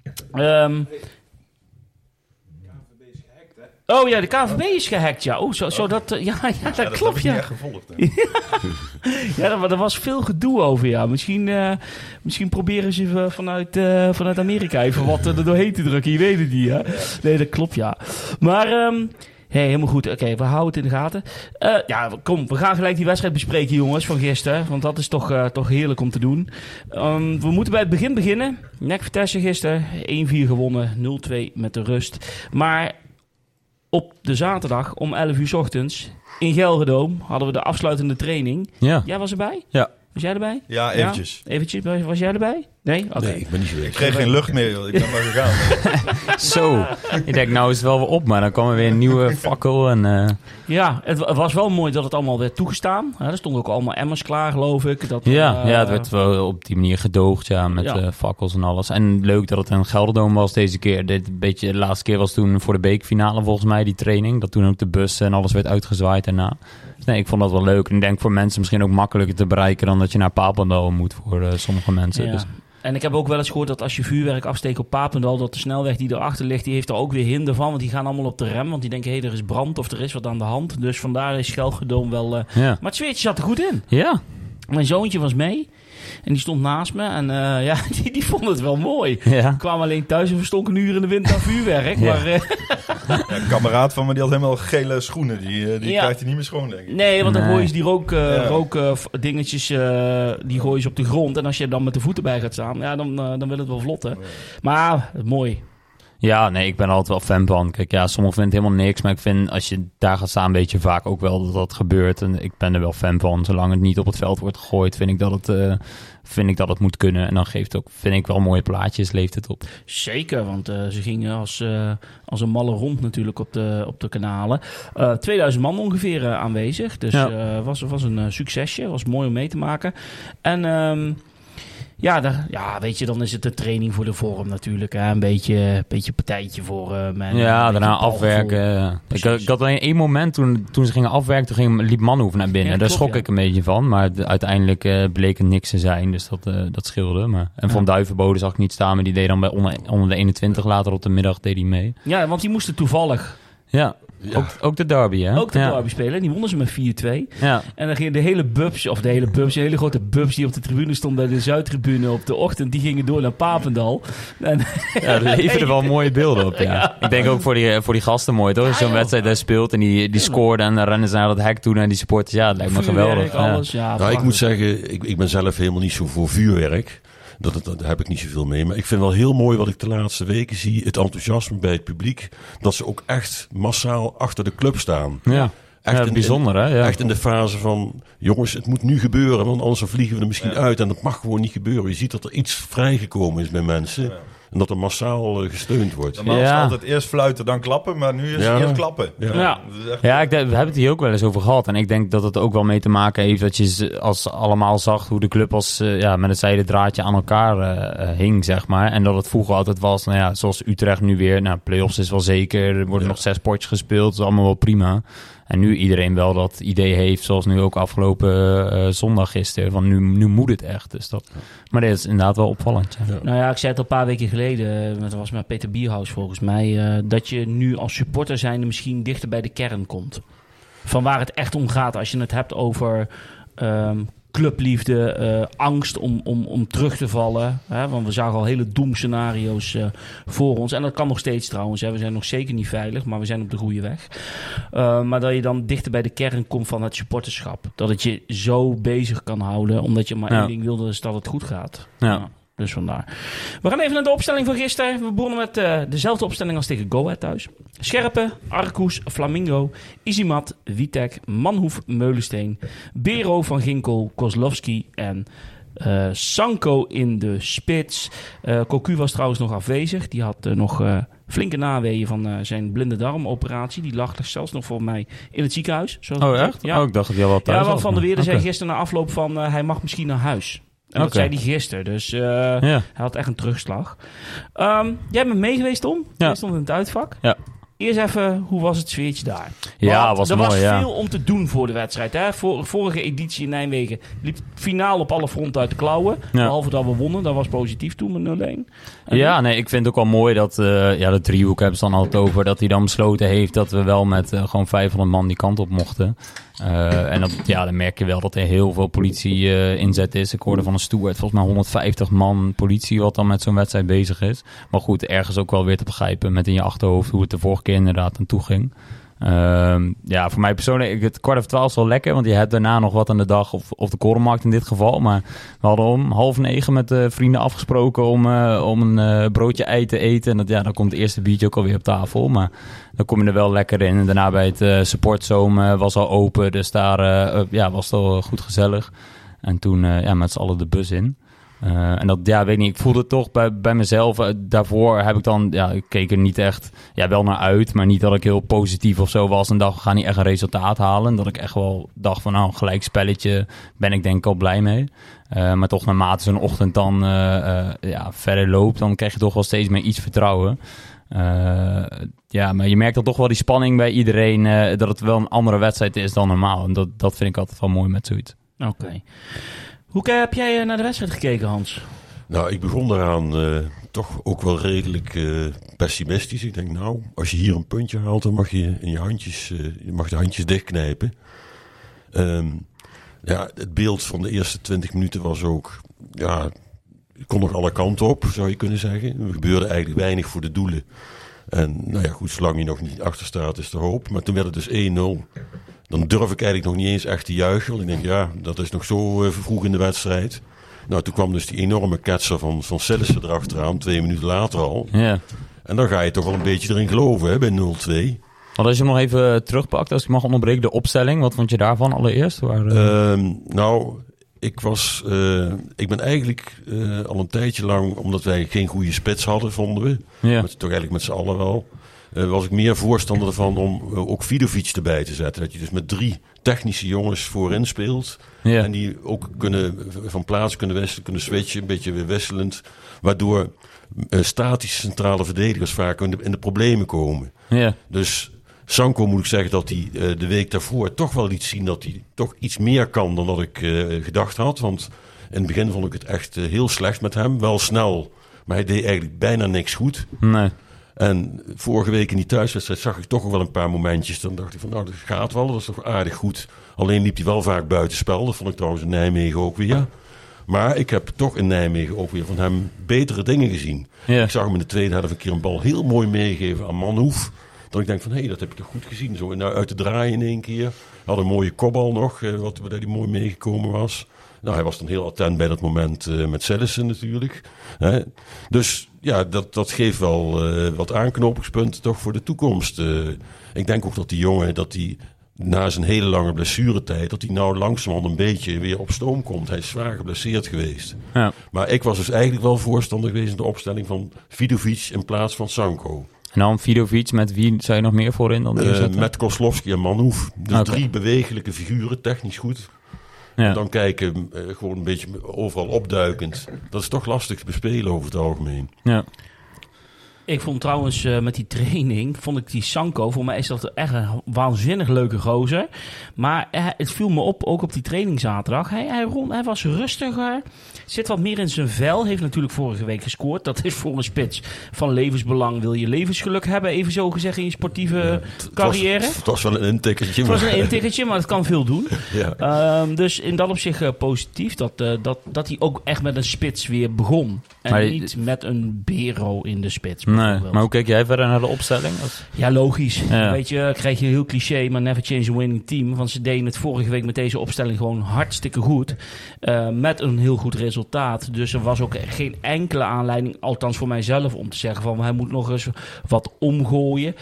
Speaker 1: Oh ja, de KNVB is gehackt, ja. Oh, zo dat... dat klopt,
Speaker 3: heb ik
Speaker 1: ja.
Speaker 3: niet echt gevolgd. Hè.
Speaker 1: Ja, er was veel gedoe over, ja. Misschien proberen ze vanuit Amerika even wat er doorheen te drukken. Je weet het niet, hè. Nee, dat klopt, ja. Maar... helemaal goed. Oké, we houden het in de gaten. Kom, we gaan gelijk die wedstrijd bespreken, jongens, van gisteren. Want dat is toch heerlijk om te doen. We moeten bij het begin beginnen. NEC Vitesse gisteren. 1-4 gewonnen, 0-2 met de rust. Maar op de zaterdag om 11 uur 's ochtends in Gelredome hadden we de afsluitende training.
Speaker 2: Ja.
Speaker 1: Jij was erbij?
Speaker 2: Ja.
Speaker 1: Was jij erbij?
Speaker 3: Ja, eventjes.
Speaker 1: Ja? Eventjes. Was jij erbij? Nee? Oké.
Speaker 4: Nee, ik ben niet
Speaker 3: Ik
Speaker 4: geweest.
Speaker 3: kreeg geen lucht meer. Ik ben maar gegaan.
Speaker 2: Zo. Ik denk, nou is het wel weer op. Maar dan kwam er weer een nieuwe fakkel. En,
Speaker 1: Ja, het was wel mooi dat het allemaal werd toegestaan. Er stonden ook allemaal emmers klaar, geloof ik. Dat,
Speaker 2: het werd wel op die manier gedoogd, met fakkels en alles. En leuk dat het een Gelredome was deze keer. De laatste keer was toen voor de bekerfinale volgens mij, die training. Dat toen ook de bus en alles werd uitgezwaaid daarna. Dus nee, ik vond dat wel leuk. En ik denk voor mensen misschien ook makkelijker te bereiken dan dat je naar Papendal moet voor sommige mensen.
Speaker 1: Ja.
Speaker 2: Dus.
Speaker 1: En ik heb ook wel eens gehoord dat als je vuurwerk afsteekt op Papendal, dat de snelweg die erachter ligt, die heeft er ook weer hinder van. Want die gaan allemaal op de rem, want die denken, er is brand of er is wat aan de hand. Dus vandaar is Gelredome wel... Maar het zweertje zat er goed in.
Speaker 2: Ja.
Speaker 1: Mijn zoontje was mee. En die stond naast me. En die vond het wel mooi.
Speaker 2: Ja.
Speaker 1: Ik kwam alleen thuis en verstond een uur in de wind naar vuurwerk.
Speaker 2: Ja.
Speaker 1: Maar,
Speaker 3: Een kameraad van me die had helemaal gele schoenen. Die krijgt hij niet meer schoon, denk ik.
Speaker 1: nee, want dan
Speaker 2: Nee.
Speaker 1: gooien ze die rookdingetjes die gooien ze op de grond. En als je dan met de voeten bij gaat staan, dan wil het wel vlotten. Maar mooi.
Speaker 2: Ja, nee, ik ben er altijd wel fan van. Kijk, sommigen vinden het helemaal niks. Maar ik vind, als je daar gaat staan, weet je vaak ook wel dat dat gebeurt. En ik ben er wel fan van. Zolang het niet op het veld wordt gegooid, vind ik dat het moet kunnen. En dan geeft het ook, vind ik wel mooie plaatjes, leeft het op.
Speaker 1: Zeker, want ze gingen als een malle rond natuurlijk op de kanalen. 2000 man ongeveer aanwezig. Dus was een succesje. Was mooi om mee te maken. En... weet je, dan is het een training voor de vorm natuurlijk. Hè? Een beetje partijtje voor men.
Speaker 2: Ja, daarna afwerken. Ik had alleen één moment toen ze gingen afwerken, toen liep Manhoef naar binnen.
Speaker 1: Ja,
Speaker 2: Daar
Speaker 1: klopt,
Speaker 2: schrok ik een beetje van. Maar uiteindelijk bleek het niks te zijn. Dus dat scheelde. En Van Duivenbode zag ik niet staan. Maar die deed dan bij onder de 21 later op de middag deed hij mee.
Speaker 1: Ja, want die moesten toevallig...
Speaker 2: Ja. Ook de derby, hè?
Speaker 1: Ook de derby spelen. Die wonnen ze met 4-2.
Speaker 2: Ja.
Speaker 1: En dan gingen de hele hele grote bubs die op de tribune stonden bij de Zuidtribune op de ochtend, die gingen door naar Papendal. En
Speaker 2: Er leverden wel mooie beelden op, ja. Ik denk ook voor die gasten mooi, toch? Als je zo'n wedstrijd daar speelt en die scoorden en dan rennen ze naar dat hek toe naar die supporters. Ja, dat lijkt me geweldig.
Speaker 1: Alles,
Speaker 4: Ik moet zeggen, ik ben zelf helemaal niet zo voor vuurwerk. Daar heb ik niet zoveel mee. Maar ik vind wel heel mooi wat ik de laatste weken zie. Het enthousiasme bij het publiek. Dat ze ook echt massaal achter de club staan.
Speaker 2: Ja, echt bijzonder, hè? Ja.
Speaker 4: Echt in de fase van... Jongens, het moet nu gebeuren. Want anders vliegen we er misschien uit. En dat mag gewoon niet gebeuren. Je ziet dat er iets vrijgekomen is bij mensen. Ja. En dat er massaal gesteund wordt.
Speaker 3: Normaal is het altijd eerst fluiten, dan klappen. Maar nu is het eerst klappen.
Speaker 2: Ja, we hebben het hier ook wel eens over gehad. En ik denk dat het ook wel mee te maken heeft... dat je als allemaal zag hoe de club als met het zijden draadje aan elkaar hing, zeg maar. En dat het vroeger altijd was, zoals Utrecht nu weer... play-offs is wel zeker. Er worden nog 6 potjes gespeeld. Dat is allemaal wel prima. En nu iedereen wel dat idee heeft, zoals nu ook afgelopen zondag gisteren, van nu moet het echt. Dus maar dat is inderdaad wel opvallend. Ja.
Speaker 1: Nou ja, ik zei het al een paar weken geleden, dat was met Peter Bierhaus volgens mij, dat je nu als supporter zijnde misschien dichter bij de kern komt. Van waar het echt om gaat als je het hebt over clubliefde, angst om terug te vallen. Hè? Want we zagen al hele doemscenario's voor ons. En dat kan nog steeds trouwens. Hè? We zijn nog zeker niet veilig, maar we zijn op de goede weg. Maar dat je dan dichter bij de kern komt van het supporterschap. Dat het je zo bezig kan houden, omdat je maar één ding wil, is dat het goed gaat. Ja. Dus vandaar. We gaan even naar de opstelling van gisteren. We begonnen met dezelfde opstelling als tegen Go Ahead thuis. Scherpe, Arcus, Flamingo, Izimat, Witek, Manhoef, Meulensteen, Bero, Van Ginkel, Kozlowski en Sanko in de spits. Cocu was trouwens nog afwezig. Die had nog flinke naweeën van zijn blinde darmoperatie. Die lag zelfs nog voor mij in het ziekenhuis.
Speaker 2: Echt?
Speaker 1: Ja.
Speaker 2: Ik dacht dat hij al wat thuis
Speaker 1: Ja, want
Speaker 2: was.
Speaker 1: Van der Weerde zei gisteren na afloop van hij mag misschien naar huis. En dat zei hij gisteren. Dus hij had echt een terugslag. Jij bent mee geweest, Tom?
Speaker 2: Ja.
Speaker 1: Jij stond in het uitvak.
Speaker 2: Ja.
Speaker 1: Eerst even, hoe was het sfeertje daar?
Speaker 2: Ja,
Speaker 1: Want
Speaker 2: was
Speaker 1: er
Speaker 2: mooi,
Speaker 1: was
Speaker 2: ja.
Speaker 1: veel om te doen voor de wedstrijd. Hè? Vorige editie in Nijmegen liep het finaal op alle fronten uit de klauwen.
Speaker 2: Ja.
Speaker 1: Behalve dat we wonnen. Dat was positief toen met 0-1.
Speaker 2: Ja, nee, ik vind het ook wel mooi dat de driehoek hebben ze dan altijd over. Dat hij dan besloten heeft dat we wel met gewoon 500 man die kant op mochten. En dan merk je wel dat er heel veel politie inzet is. Ik hoorde van een steward volgens mij 150 man politie wat dan met zo'n wedstrijd bezig is. Maar goed, ergens ook wel weer te begrijpen met in je achterhoofd hoe het de vorige keer inderdaad aan toe ging. Voor mij persoonlijk, het 11:15 is wel lekker, want je hebt daarna nog wat aan de dag, of de korenmarkt in dit geval. Maar we hadden om 8:30 met vrienden afgesproken om een broodje ei te eten. En dan komt het eerste biertje ook alweer op tafel. Maar dan kom je er wel lekker in. En daarna bij het supportzoom was al open, dus daar was het al goed gezellig. En toen met z'n allen de bus in. En dat, weet ik niet, ik voelde het toch bij mezelf. Daarvoor heb ik dan, ik keek er niet echt, wel naar uit, maar niet dat ik heel positief of zo was en dacht, we gaan niet echt een resultaat halen. Dat ik echt wel dacht van, een gelijk spelletje ben ik denk ik al blij mee. Maar toch naarmate zo'n ochtend dan verder loopt, dan krijg je toch wel steeds meer iets vertrouwen. Maar je merkt dan toch wel die spanning bij iedereen, dat het wel een andere wedstrijd is dan normaal. En dat vind ik altijd wel mooi met zoiets.
Speaker 1: Oké. Hoe heb jij naar de wedstrijd gekeken, Hans?
Speaker 4: Nou, ik begon daaraan toch ook wel redelijk pessimistisch. Ik denk, als je hier een puntje haalt, dan mag je in je handjes, de handjes dichtknijpen. Het beeld van de eerste 20 minuten was ook, kon nog alle kanten op, zou je kunnen zeggen. Er gebeurde eigenlijk weinig voor de doelen. En zolang je nog niet achter staat is de hoop. Maar toen werd het dus 1-0. Dan durf ik eigenlijk nog niet eens echt te juichen. Want ik denk, dat is nog zo vroeg in de wedstrijd. Nou, toen kwam dus die enorme ketser van Sillissen erachteraan, 2 minuten later al.
Speaker 2: Ja. En
Speaker 4: dan ga je toch wel een beetje erin geloven, hè, bij 0-2.
Speaker 2: Want als je hem nog even terugpakt, als ik mag onderbreken, de opstelling. Wat vond je daarvan allereerst? Ik ben eigenlijk al een tijdje lang, omdat wij geen goede spits hadden, vonden we. Ja.
Speaker 4: Toch eigenlijk met z'n allen wel. Was ik meer voorstander ervan om ook Vidovic erbij te zetten. Dat je dus met 3 technische jongens voorin speelt.
Speaker 2: Ja.
Speaker 4: En die ook van plaats kunnen wisselen, kunnen switchen, een beetje weer wisselend. Waardoor statische centrale verdedigers vaak in de problemen komen.
Speaker 2: Ja.
Speaker 4: Dus Sanko moet ik zeggen dat hij de week daarvoor toch wel liet zien dat hij toch iets meer kan dan dat ik gedacht had. Want in het begin vond ik het echt heel slecht met hem. Wel snel, maar hij deed eigenlijk bijna niks goed.
Speaker 2: Nee.
Speaker 4: En vorige week in die thuiswedstrijd zag ik toch wel een paar momentjes. Dan dacht ik van, dat gaat wel, dat is toch aardig goed. Alleen liep hij wel vaak buitenspel. Dat vond ik trouwens in Nijmegen ook weer. Maar ik heb toch in Nijmegen ook weer van hem betere dingen gezien.
Speaker 2: Ja.
Speaker 4: Ik zag hem in de tweede helft een keer een bal heel mooi meegeven aan Manhoef. Dat ik denk van, dat heb ik toch goed gezien. Zo uit de draai in één keer. Hij had een mooie kopbal nog, waar hij mooi meegekomen was. Nou, hij was dan heel attent bij dat moment met Sillissen natuurlijk. Dus dat geeft wel wat aanknopingspunten toch voor de toekomst. Ik denk ook dat die jongen, na zijn hele lange blessuretijd, dat hij nou langzamerhand een beetje weer op stoom komt. Hij is zwaar geblesseerd geweest.
Speaker 2: Ja.
Speaker 4: Maar ik was dus eigenlijk wel voorstander geweest in de opstelling van Vidovic in plaats van Sanko.
Speaker 2: En dan Vidovic, met wie zou je nog meer voorin dan neerzetten?
Speaker 4: Met Kozlowski en Manhoef. Dus
Speaker 2: Okay.
Speaker 4: 3 bewegelijke figuren, technisch goed.
Speaker 2: Ja.
Speaker 4: En dan kijken, gewoon een beetje overal opduikend. Dat is toch lastig te bespelen over het algemeen.
Speaker 2: Ja.
Speaker 1: Ik vond trouwens met die training, vond ik die Sanko, voor mij is dat echt een waanzinnig leuke gozer. Maar het viel me op, ook op die training zaterdag. Hij was rustiger, zit wat meer in zijn vel. Heeft natuurlijk vorige week gescoord. Dat is voor een spits van levensbelang. Wil je levensgeluk hebben, even zo gezegd, in je sportieve carrière?
Speaker 4: Het was wel een intikkertje.
Speaker 1: Het was een intikkertje, maar het kan veel doen.
Speaker 4: Ja.
Speaker 1: Dus in dat opzicht positief dat hij ook echt met een spits weer begon. En
Speaker 2: Maar
Speaker 1: niet met een Bero in de spits.
Speaker 2: Nee.
Speaker 1: bijvoorbeeld.
Speaker 2: Maar hoe keek jij verder naar de opstelling?
Speaker 1: Ja, logisch.
Speaker 2: Ja.
Speaker 1: Weet je, krijg je heel cliché, maar never change a winning team. Want ze deden het vorige week met deze opstelling gewoon hartstikke goed. Met een heel goed resultaat. Dus er was ook geen enkele aanleiding, althans voor mijzelf, om te zeggen van hij moet nog eens wat omgooien.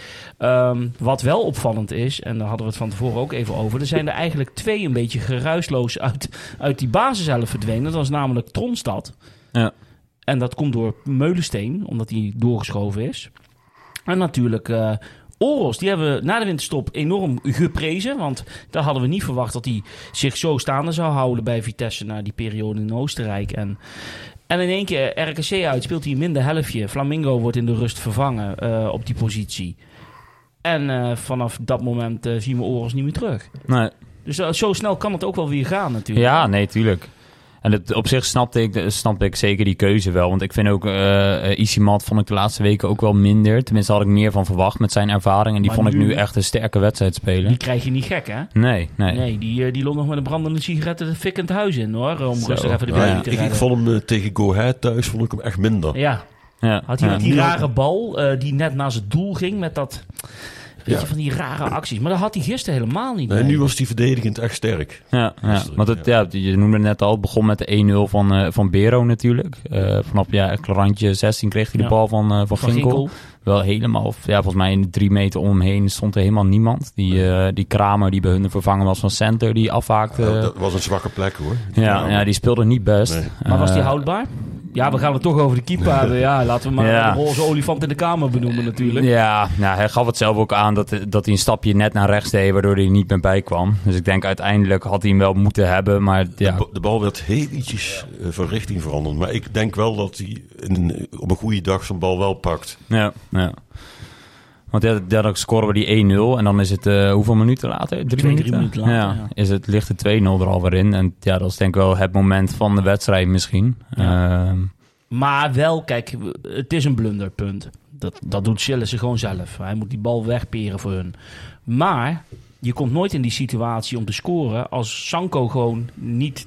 Speaker 1: Wat wel opvallend is, en daar hadden we het van tevoren ook even over. Er zijn er eigenlijk 2 een beetje geruisloos uit die basiself verdwenen. Dat was namelijk Tronstad.
Speaker 2: Ja.
Speaker 1: En dat komt door Meulensteen, omdat hij doorgeschoven is. En natuurlijk Oros, die hebben we na de winterstop enorm geprezen. Want daar hadden we niet verwacht dat hij zich zo staande zou houden bij Vitesse na die periode in Oostenrijk. En in één keer RKC uit speelt hij een minder helftje. Flamingo wordt in de rust vervangen op die positie. En vanaf dat moment zien we Oros niet meer terug.
Speaker 2: Nee.
Speaker 1: Dus zo snel kan het ook wel weer gaan natuurlijk.
Speaker 2: Ja, nee, tuurlijk. En op zich snapte ik zeker die keuze wel. Want ik vind ook Isimat vond ik de laatste weken ook wel minder. Tenminste had ik meer van verwacht met zijn ervaring. En die
Speaker 1: Maar
Speaker 2: vond ik
Speaker 1: nu
Speaker 2: nu echt een sterke wedstrijd spelen.
Speaker 1: Die krijg je niet gek, hè?
Speaker 2: Nee.
Speaker 1: Nee, die loopt nog met een brandende sigaret de fik in het huis in, hoor. Om
Speaker 2: Zo.
Speaker 1: rustig even de
Speaker 2: Ja,
Speaker 1: baby te
Speaker 4: Ik
Speaker 1: redden.
Speaker 4: vond hem tegen Go Ahead thuis vond ik hem echt minder.
Speaker 1: Ja,
Speaker 2: Ja.
Speaker 1: had hij met die
Speaker 2: Ja.
Speaker 1: rare bal die net naar zijn doel ging met dat... Weet je, van die rare acties. Maar dat had hij gisteren helemaal niet.
Speaker 4: Nee,
Speaker 1: mee.
Speaker 4: nu was hij verdedigend echt sterk.
Speaker 2: Ja. Want je noemde het net al, het begon met de 1-0 van Bero natuurlijk. Vanaf randje 16 kreeg hij de bal van Ginkel. Wel helemaal, volgens mij in 3 meter om hem heen stond er helemaal niemand. Die Kramer die bij hun vervangen was van center, die afhaakte.
Speaker 4: Dat was een zwakke plek hoor.
Speaker 2: Ja, die speelde niet best.
Speaker 4: Nee.
Speaker 1: Maar was die houdbaar? Ja, we gaan het toch over de keeper hebben. Ja, laten we maar de roze olifant in de kamer benoemen natuurlijk.
Speaker 2: Ja, hij gaf het zelf ook aan dat hij een stapje net naar rechts deed, waardoor hij er niet meer bij kwam. Dus ik denk uiteindelijk had hij hem wel moeten hebben, maar ja.
Speaker 4: De bal werd heel ietsjes van richting veranderd. Maar ik denk wel dat hij op een goede dag zijn bal wel pakt.
Speaker 2: Ja. Want dan scoren we die 1-0 en dan is het hoeveel minuten later? 3 minuten later. Ja. Ligt de 2-0 er alweer in. En ja, dat is denk ik wel het moment van de wedstrijd misschien.
Speaker 1: Ja. Maar wel, kijk, het is een blunderpunt. Dat doet Sillissen gewoon zelf. Hij moet die bal wegperen voor hun. Maar je komt nooit in die situatie om te scoren als Sanko gewoon niet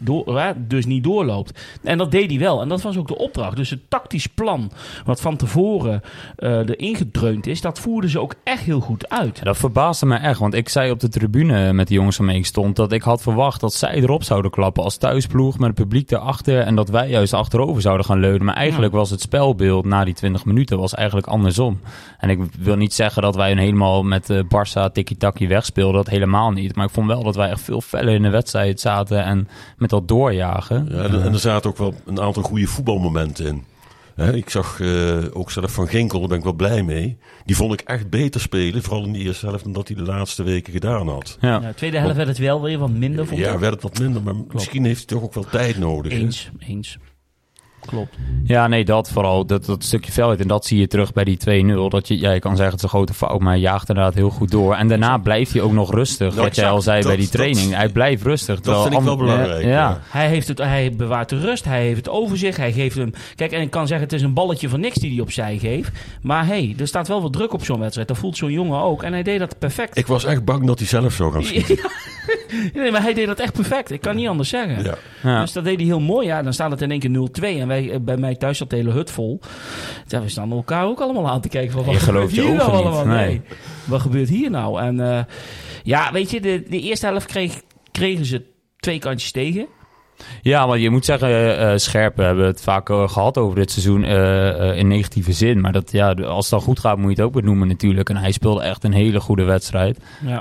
Speaker 1: doorloopt. En dat deed hij wel. En dat was ook de opdracht. Dus het tactisch plan wat van tevoren erin gedreund is, dat voerden ze ook echt heel goed uit.
Speaker 2: Ja, dat verbaasde me echt. Want ik zei op de tribune met de jongens waarmee ik stond dat ik had verwacht dat zij erop zouden klappen als thuisploeg met het publiek erachter en dat wij juist achterover zouden gaan leunen. Maar eigenlijk was het spelbeeld na die 20 minuten was eigenlijk andersom. En ik wil niet zeggen dat wij een helemaal met Barça tiki-taki wegspeelden. Dat helemaal niet. Maar ik vond wel dat wij echt veel feller in de wedstrijd zaten en met dat doorjagen.
Speaker 4: Ja, en er zaten ook wel een aantal goede voetbalmomenten in. Ik zag ook zelf van Ginkel, daar ben ik wel blij mee. Die vond ik echt beter spelen, vooral in de eerste helft, dan dat hij de laatste weken gedaan had.
Speaker 1: Ja, de tweede helft werd het wel weer wat minder, vond ik.
Speaker 4: Ja, werd het wat minder, maar misschien heeft hij toch ook wel tijd nodig.
Speaker 1: Eens. Klopt.
Speaker 2: Ja, nee, dat vooral. Dat stukje felheid. En dat zie je terug bij die 2-0. Dat je kan zeggen het is een grote fout, maar hij jaagt inderdaad heel goed door. En daarna blijft hij ook nog rustig. Wat jij al zei bij die training. Hij blijft rustig.
Speaker 4: Dat vind ik wel belangrijk.
Speaker 2: Ja.
Speaker 1: Hij bewaart de rust. Hij heeft het overzicht. Hij geeft hem... Kijk, en ik kan zeggen het is een balletje van niks die hij opzij geeft. Maar er staat wel wat druk op zo'n wedstrijd. Dat voelt zo'n jongen ook. En hij deed dat perfect.
Speaker 4: Ik was echt bang dat hij zelf zou gaan schieten.
Speaker 1: Nee, maar hij deed dat echt perfect. Ik kan niet anders zeggen.
Speaker 4: Ja.
Speaker 1: Dus dat deed hij heel mooi. Ja, dan staat het in één keer 0-2. En bij mij thuis zat de hele hut vol. Ja, we staan elkaar ook allemaal aan te kijken. Van, wat
Speaker 2: gelooft je
Speaker 1: hier nou
Speaker 2: ogen
Speaker 1: allemaal?
Speaker 2: niet. Nee.
Speaker 1: Wat gebeurt hier nou? En weet je, de eerste helft kregen ze 2 kantjes tegen.
Speaker 2: Ja, maar je moet zeggen, Scherpen hebben het vaak gehad over dit seizoen in negatieve zin. Maar als het dan goed gaat, moet je het ook benoemen natuurlijk. En hij speelde echt een hele goede wedstrijd.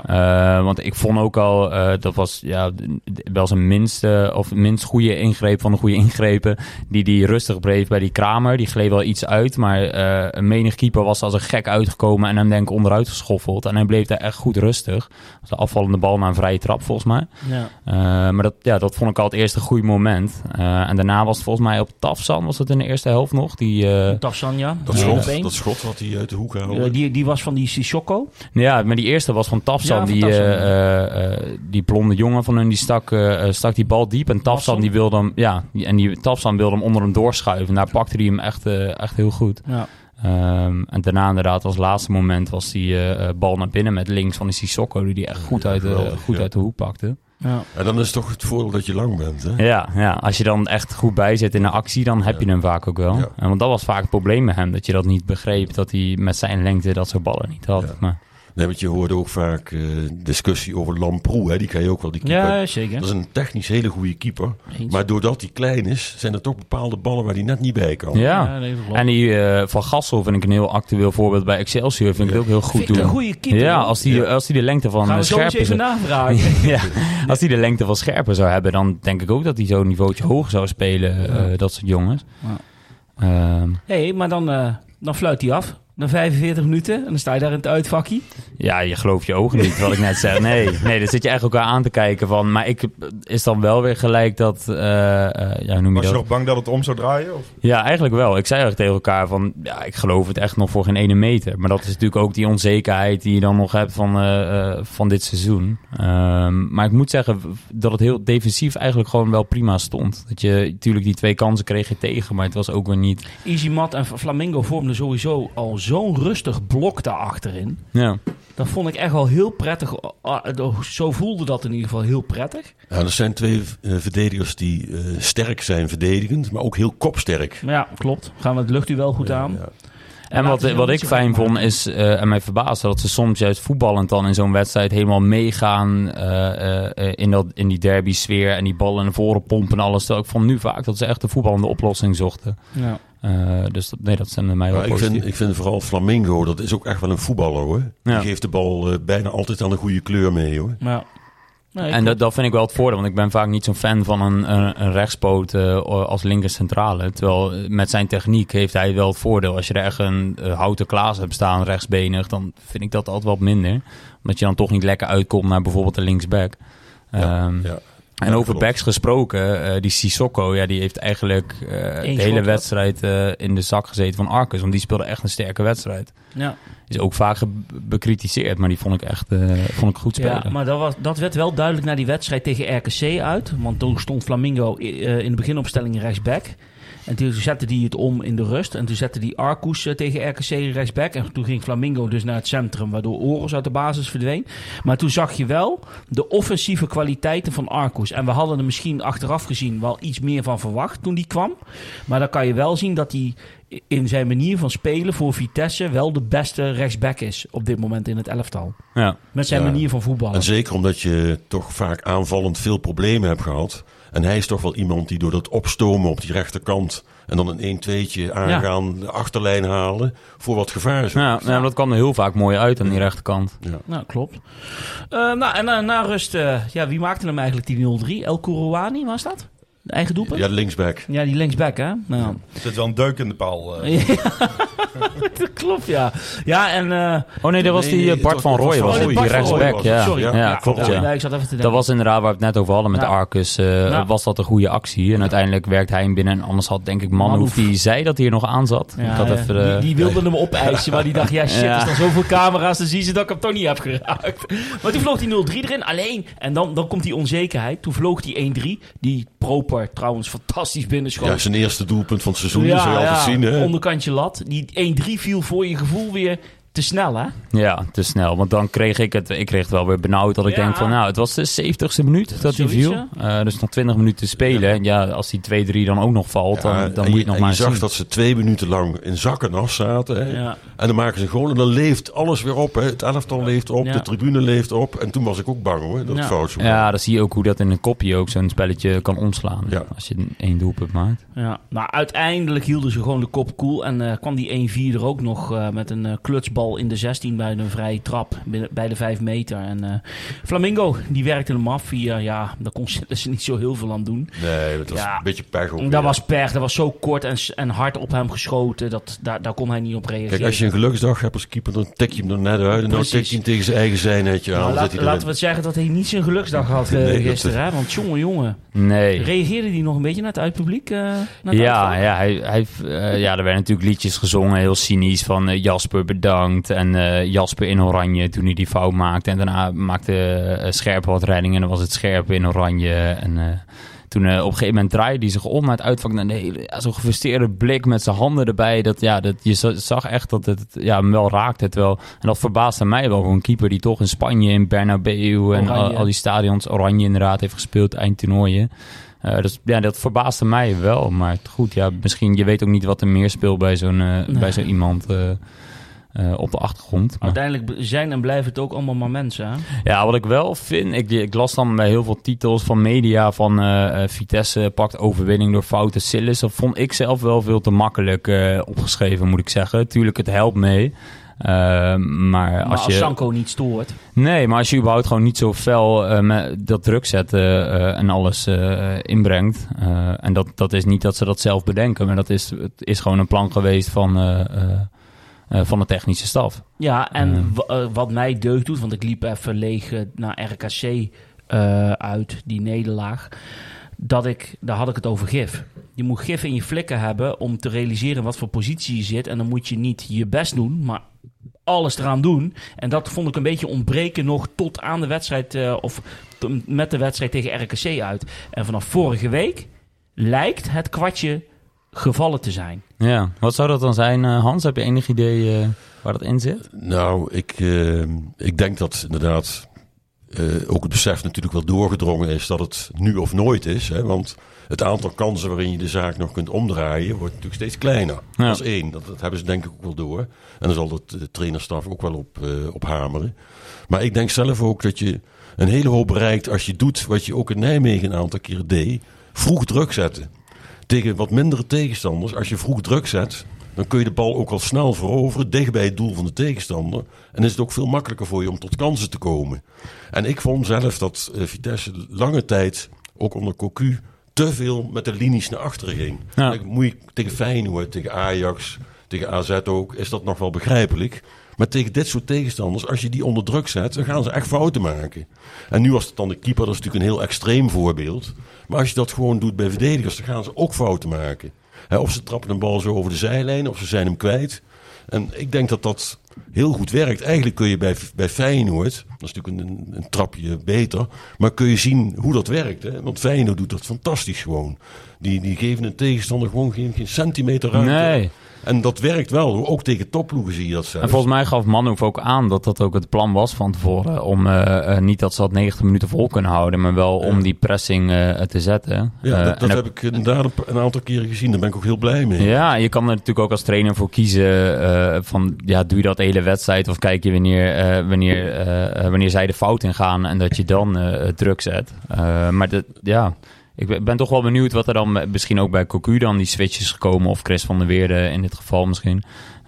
Speaker 2: Ja. Want ik vond ook al, dat was wel zijn minst goede ingreep van de goede ingrepen. Die rustig bleef bij die Kramer. Die gleed wel iets uit, maar een menig keeper was als een gek uitgekomen en hem denk ik onderuit geschoffeld. En hij bleef daar echt goed rustig. De afvallende bal naar een vrije trap volgens mij. Ja. Maar dat vond ik al het eerste goede moment. En daarna was het volgens mij op Tafsan, was het in de eerste helft nog.
Speaker 1: Tafsan, ja.
Speaker 4: Dat schot wat hij uit de hoek haalde.
Speaker 1: Die was van die Sissoko.
Speaker 2: Ja, maar die eerste was van Tafsan. Die blonde jongen van hun, die stak die bal diep. En Tafsan die wilde hem, Tafsan wilde hem onder hem doorschuiven. Daar pakte hij hem echt heel goed. Ja. En daarna inderdaad als laatste moment was die bal naar binnen met links van die Sissoko, die echt goed uit de hoek pakte.
Speaker 1: Ja.
Speaker 4: En dan is het toch het voordeel dat je lang bent, hè?
Speaker 2: Ja, als je dan echt goed bij zit in de actie, dan heb je hem vaak ook wel.
Speaker 4: Ja.
Speaker 2: En want dat was vaak het probleem met hem, dat je dat niet begreep, dat hij met zijn lengte dat soort ballen niet had.
Speaker 4: Ja.
Speaker 2: Maar,
Speaker 4: Nee, want je hoorde ook vaak discussie over Lamproe, hè? Die kan je ook wel, die keeper.
Speaker 1: Ja, zeker.
Speaker 4: Dat is een technisch hele goede keeper.
Speaker 1: Eens.
Speaker 4: Maar doordat hij klein is, zijn er toch bepaalde ballen waar hij net niet bij kan.
Speaker 2: ja.
Speaker 1: nee, dat klopt.
Speaker 2: En die Van Gassel vind ik een heel actueel voorbeeld bij Excelsior. Vind ik het ook heel goed
Speaker 1: Vind ik
Speaker 2: doen.
Speaker 1: een goede keeper.
Speaker 2: Ja,
Speaker 1: hoor.
Speaker 2: als die de lengte van
Speaker 1: Gaan we zo eens
Speaker 2: Scherpen...
Speaker 1: even navragen.
Speaker 2: ja, als die de lengte van Scherpen zou hebben, dan denk ik ook dat hij zo'n niveautje hoger zou spelen. Dat soort jongens.
Speaker 1: Ja. Maar dan fluit hij af. Na 45 minuten. En dan sta je daar in het uitvakje.
Speaker 2: Ja, je gelooft je ogen niet, wat ik net zei. Nee, dan zit je echt elkaar aan te kijken van... Maar is dan wel weer gelijk dat... hoe noem je
Speaker 3: Was je
Speaker 2: dat?
Speaker 3: nog bang dat het om zou draaien? Of?
Speaker 2: Ja, eigenlijk wel. Ik zei eigenlijk tegen elkaar van... Ja, ik geloof het echt nog voor geen 1 meter. Maar dat is natuurlijk ook die onzekerheid die je dan nog hebt van dit seizoen. Maar ik moet zeggen dat het heel defensief eigenlijk gewoon wel prima stond. Dat je natuurlijk die 2 kansen kreeg je tegen, maar het was ook weer niet...
Speaker 1: Easy Mat en Flamingo vormden sowieso al zo'n rustig blok daarachterin.
Speaker 2: Ja.
Speaker 1: Dat vond ik echt wel heel prettig. Zo voelde dat in ieder geval heel prettig.
Speaker 4: Ja, er zijn 2 verdedigers die sterk zijn verdedigend, maar ook heel kopsterk.
Speaker 1: Maar ja, klopt. Gaan we het luchtduel goed aan.
Speaker 4: Ja.
Speaker 2: En wat ik fijn vond is, en mij verbaasde, dat ze soms juist voetballend dan in zo'n wedstrijd helemaal meegaan in die derby sfeer en die ballen naar voren pompen en alles. Ik vond nu vaak dat ze echt de voetballende oplossing zochten.
Speaker 1: Ja.
Speaker 2: Dus dat stemde mij wel
Speaker 4: Maar
Speaker 2: positief.
Speaker 4: ik vind vooral Flamingo, dat is ook echt wel een voetballer, hoor.
Speaker 2: Ja.
Speaker 4: Die geeft de bal bijna altijd aan een goede kleur mee, hoor.
Speaker 1: Ja. Nee,
Speaker 2: En dat vind ik wel het voordeel, want ik ben vaak niet zo'n fan van een rechtspoot als linker centrale. Terwijl met zijn techniek heeft hij wel het voordeel. Als je er echt een Houten Klaas hebt staan, rechtsbenig, dan vind ik dat altijd wat minder. Omdat je dan toch niet lekker uitkomt naar bijvoorbeeld de linksback.
Speaker 4: Ja.
Speaker 2: En over
Speaker 4: klopt.
Speaker 2: backs gesproken, die Sissoko, die heeft eigenlijk de hele
Speaker 1: schot,
Speaker 2: wedstrijd in de zak gezeten van Arcus. Want die speelde echt een sterke wedstrijd.
Speaker 1: ja.
Speaker 2: Is ook vaak bekritiseerd, maar die vond ik echt goed spelen.
Speaker 1: Ja, maar dat werd wel duidelijk na die wedstrijd tegen RKC uit. Want toen stond Flamingo in de beginopstelling rechtsback. En toen zette hij het om in de rust. En toen zette hij Arcus tegen RKC rechtsback. En toen ging Flamingo dus naar het centrum, waardoor Oros uit de basis verdween. Maar toen zag je wel de offensieve kwaliteiten van Arcus. En we hadden er misschien achteraf gezien wel iets meer van verwacht toen die kwam. Maar dan kan je wel zien dat hij in zijn manier van spelen voor Vitesse wel de beste rechtsback is op dit moment in het elftal.
Speaker 2: Ja.
Speaker 1: Met zijn
Speaker 4: Ja.
Speaker 1: manier van voetballen.
Speaker 4: En zeker omdat je toch vaak aanvallend veel problemen hebt gehad. En hij is toch wel iemand die door dat opstomen op die rechterkant en dan een 1-2'tje aangaan, de achterlijn halen, voor wat gevaar is.
Speaker 2: Ja, dat kwam er heel vaak mooi uit aan die rechterkant.
Speaker 4: Ja.
Speaker 1: Nou, klopt. En na rust, wie maakte hem eigenlijk die 0-3? El Kourouani, was dat? De eigen doelpunt?
Speaker 4: Ja, linksback.
Speaker 1: Ja, die linksback, hè? Nou.
Speaker 3: Er zit wel een deuk in de paal.
Speaker 1: Ja, dat klopt, ja. Ja, en...
Speaker 2: dat was
Speaker 4: Nee,
Speaker 2: die
Speaker 4: het
Speaker 2: Bart
Speaker 4: was-
Speaker 2: van
Speaker 4: het was
Speaker 2: Rooij,
Speaker 4: Van
Speaker 2: was het,
Speaker 4: Rooij.
Speaker 2: die
Speaker 1: Bart van
Speaker 2: rechtsback.
Speaker 1: Rooij,
Speaker 2: Ja,
Speaker 1: sorry.
Speaker 2: ja, klopt.
Speaker 1: Ja,
Speaker 2: Ja.
Speaker 1: ik zat even te denken.
Speaker 2: Dat was inderdaad waar we het net over hadden met
Speaker 1: Ja.
Speaker 2: de Arcus.
Speaker 1: Ja.
Speaker 2: Was dat een goede actie. En uiteindelijk werkt hij hem binnen. En anders had denk ik Manhoef, die zei dat hij er nog aan zat.
Speaker 1: Ja,
Speaker 2: ik had even
Speaker 1: die wilde hem opeisen, maar die dacht, ja shit,
Speaker 2: Ja.
Speaker 1: er staan zoveel camera's, dan zien ze dat ik hem toch niet heb geraakt. Maar toen vloog die 0-3 erin, alleen. En dan komt die onzekerheid. Toen vloog die 1-3, die Proper trouwens fantastisch binnenschoot.
Speaker 4: Ja, zijn eerste doelpunt van het seizoen, dat zul je altijd zien. Hè?
Speaker 1: Onderkantje lat. Die 1-3 viel voor je gevoel weer te snel, hè?
Speaker 2: Ja, te snel. Want dan kreeg ik het wel weer benauwd. Dat ik
Speaker 1: Ja.
Speaker 2: denk van, nou, het was de 70ste minuut dat hij
Speaker 1: Zoiets,
Speaker 2: viel. Dus nog 20 minuten te spelen. En ja, als die 2-3 dan ook nog valt, dan moet je het nog
Speaker 4: en
Speaker 2: maar
Speaker 4: je zag
Speaker 2: zien.
Speaker 4: dat ze 2 minuten lang in zakken af zaten. Hè?
Speaker 1: Ja.
Speaker 4: En dan maken ze gewoon, en dan leeft alles weer op. Hè? Het elftal leeft op,
Speaker 1: Ja.
Speaker 4: de tribune leeft op. En toen was ik ook bang, hoor, dat het
Speaker 1: Ja.
Speaker 4: fout zou gaan.
Speaker 2: Ja, dan zie je ook hoe dat in een kopje ook zo'n spelletje kan omslaan.
Speaker 4: Ja.
Speaker 2: Als je 1 doelpunt maakt.
Speaker 1: Ja, nou uiteindelijk hielden ze gewoon de kop koel. En kwam die 1-4 er ook nog met een klutsbal in de 16 bij een vrije trap bij de 5 meter. En Flamingo, die werkte hem af via, daar kon ze niet zo heel veel aan doen.
Speaker 4: Nee, dat was
Speaker 1: Ja.
Speaker 4: een beetje pech ook.
Speaker 1: Dat was pech, dat was zo kort en hard op hem geschoten. Daar kon hij niet op reageren.
Speaker 4: Kijk, als je een geluksdag hebt als keeper, dan tik je hem er net uit. En dan
Speaker 1: Precies.
Speaker 4: tik je hem tegen zijn eigen zijnetje aan.
Speaker 1: Nou,
Speaker 4: Dan zit hij
Speaker 1: laten
Speaker 4: erin.
Speaker 1: we het zeggen dat hij niet zijn geluksdag had
Speaker 4: Nee, dat-
Speaker 1: gisteren. Hè? Want jongen.
Speaker 2: Nee.
Speaker 1: Reageerde hij nog een beetje naar het uitpubliek? Naar het
Speaker 2: Ja,
Speaker 1: uitvak?
Speaker 2: er werden natuurlijk liedjes gezongen, heel cynisch, van Jasper bedankt en Jasper in oranje toen hij die fout maakte. En daarna maakte Scherpen wat redding en dan was het Scherpen in oranje. En toen op een gegeven moment draaide hij zich om naar het uitvak. En zo'n gefrustreerde blik met zijn handen erbij. Je zag echt dat het hem wel raakte het wel. En dat verbaasde mij wel. Een keeper die toch in Spanje, in Bernabeu en al die stadions, Oranje inderdaad, heeft gespeeld, eindtoernooien. Dus dat verbaasde mij wel. Maar goed, misschien, je weet ook niet wat er meer speelt bij bij zo iemand op de achtergrond. Maar
Speaker 1: uiteindelijk zijn en blijven het ook allemaal maar mensen, hè?
Speaker 2: Ja, wat ik wel vind, ik las dan bij heel veel titels van media van Vitesse pakt overwinning door foute Sillis. Dat vond ik zelf wel veel te makkelijk opgeschreven, moet ik zeggen. Tuurlijk, het helpt mee. Maar als
Speaker 1: Sanko niet stoort.
Speaker 2: Nee, maar als je überhaupt gewoon niet zo fel met dat druk zetten en alles inbrengt. En dat is niet dat ze dat zelf bedenken, maar het is gewoon een plan geweest van de technische staf.
Speaker 1: Ja, en wat mij deugd doet, want ik liep even leeg naar RKC uit, die nederlaag. Daar had ik het over gif. Je moet gif in je flikken hebben om te realiseren wat voor positie je zit. En dan moet je niet je best doen, maar alles eraan doen. En dat vond ik een beetje ontbreken nog tot aan de wedstrijd met de wedstrijd tegen RKC uit. En vanaf vorige week lijkt het kwartje gevallen te zijn.
Speaker 2: Ja, wat zou dat dan zijn, Hans? Heb je enig idee waar dat in zit?
Speaker 4: Nou, ik denk dat inderdaad ook het besef natuurlijk wel doorgedrongen is dat het nu of nooit is. Hè? Want het aantal kansen waarin je de zaak nog kunt omdraaien wordt natuurlijk steeds kleiner.
Speaker 2: Ja.
Speaker 4: Dat is één. Dat hebben ze denk ik ook wel door. En daar zal de trainerstaf ook wel op hameren. Maar ik denk zelf ook dat je een hele hoop bereikt als je doet wat je ook in Nijmegen een aantal keren deed. Vroeg druk zetten. Tegen wat mindere tegenstanders, als je vroeg druk zet, dan kun je de bal ook al snel veroveren, dicht bij het doel van de tegenstander. En is het ook veel makkelijker voor je om tot kansen te komen. En ik vond zelf dat Vitesse lange tijd, ook onder Cocu, te veel met de linies naar achteren ging.
Speaker 2: Ja.
Speaker 4: Moet je tegen Feyenoord, tegen Ajax, tegen AZ ook, is dat nog wel begrijpelijk. Maar tegen dit soort tegenstanders, als je die onder druk zet, dan gaan ze echt fouten maken. En nu was het dan de keeper, dat is natuurlijk een heel extreem voorbeeld. Maar als je dat gewoon doet bij verdedigers, dan gaan ze ook fouten maken. Of ze trappen een bal zo over de zijlijn, of ze zijn hem kwijt. En ik denk dat dat heel goed werkt. Eigenlijk kun je bij Feyenoord, dat is natuurlijk een trapje beter, maar kun je zien hoe dat werkt. Hè? Want Feyenoord doet dat fantastisch gewoon. Die geven een tegenstander gewoon geen centimeter ruimte.
Speaker 2: Nee.
Speaker 4: En dat werkt wel. Ook tegen topploegen zie je dat zelfs.
Speaker 2: En volgens mij gaf Manhoef ook aan dat dat ook het plan was van tevoren. Om niet dat ze dat 90 minuten vol kunnen houden, maar wel om die pressing te zetten.
Speaker 4: Ja, dat heb ik inderdaad een aantal keren gezien. Daar ben ik ook heel blij mee.
Speaker 2: Ja, je kan er natuurlijk ook als trainer voor kiezen van doe je dat de hele wedstrijd of kijk je wanneer zij de fout ingaan en dat je dan druk zet. Ik ben toch wel benieuwd wat er dan misschien ook bij Cocu dan die switch is gekomen. Of Chris van der Weerde in dit geval misschien.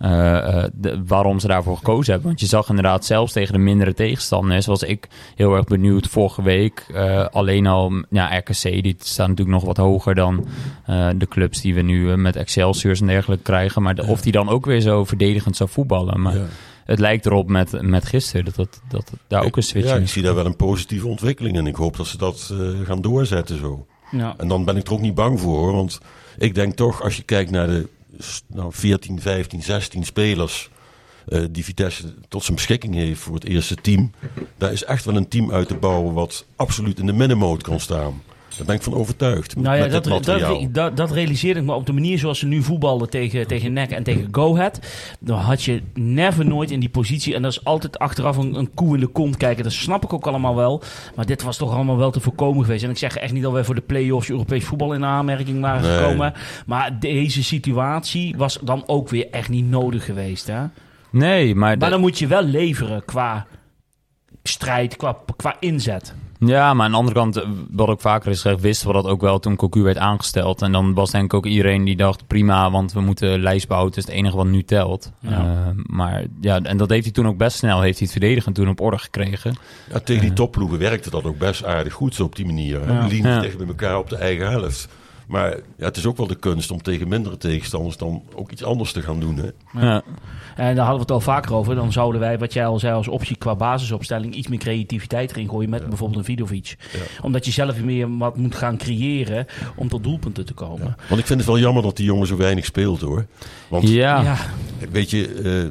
Speaker 2: Waarom ze daarvoor gekozen hebben. Want je zag inderdaad zelfs tegen de mindere tegenstanders. Was ik heel erg benieuwd vorige week. Alleen al RKC die staat natuurlijk nog wat hoger dan de clubs die we nu met Excelsiors en dergelijke krijgen. Maar of die dan ook weer zo verdedigend zou voetballen. Maar het lijkt erop met gisteren dat daar ook een switch is.
Speaker 4: Ik zie daar wel een positieve ontwikkeling en ik hoop dat ze dat gaan doorzetten zo.
Speaker 1: Ja.
Speaker 4: En dan ben ik er ook niet bang voor, hoor. Want ik denk toch, als je kijkt naar de 14, 15, 16 spelers die Vitesse tot zijn beschikking heeft voor het eerste team, daar is echt wel een team uit te bouwen wat absoluut in de middenmoot kan staan. Daar ben ik van overtuigd.
Speaker 1: Nou ja, dat realiseerde ik me op de manier zoals ze nu voetballen tegen NEC en tegen Go Ahead. Dan had je nooit in die positie. En dat is altijd achteraf een koe in de kont kijken. Dat snap ik ook allemaal wel. Maar dit was toch allemaal wel te voorkomen geweest. En ik zeg echt niet dat wij voor de play-offs Europees voetbal in aanmerking waren gekomen. Maar deze situatie was dan ook weer echt niet nodig geweest. Hè?
Speaker 2: Nee, maar
Speaker 1: dan moet je wel leveren qua strijd, qua inzet.
Speaker 2: Ja, maar aan de andere kant, wat ook vaker is gezegd, wisten we dat ook wel toen Cocu werd aangesteld. En dan was denk ik ook iedereen die dacht, prima, want we moeten lijst bouwen. Het is het enige wat nu telt.
Speaker 1: Ja.
Speaker 2: Maar ja, en dat heeft hij toen ook best snel, heeft hij het verdedigend toen op orde gekregen.
Speaker 4: Ja, tegen die topploegen werkte dat ook best aardig goed zo op die manier.
Speaker 1: Ja.
Speaker 4: Linie tegen bij elkaar op de eigen helft. Maar ja, het is ook wel de kunst om tegen mindere tegenstanders dan ook iets anders te gaan doen. Hè?
Speaker 2: Ja.
Speaker 1: En daar hadden we het al vaker over. Dan zouden wij, wat jij al zei, als optie qua basisopstelling iets meer creativiteit erin gooien met bijvoorbeeld een Vidovic. Ja. Omdat je zelf meer wat moet gaan creëren om tot doelpunten te komen.
Speaker 4: Ja. Want ik vind het wel jammer dat die jongen zo weinig speelt, hoor. Want weet je,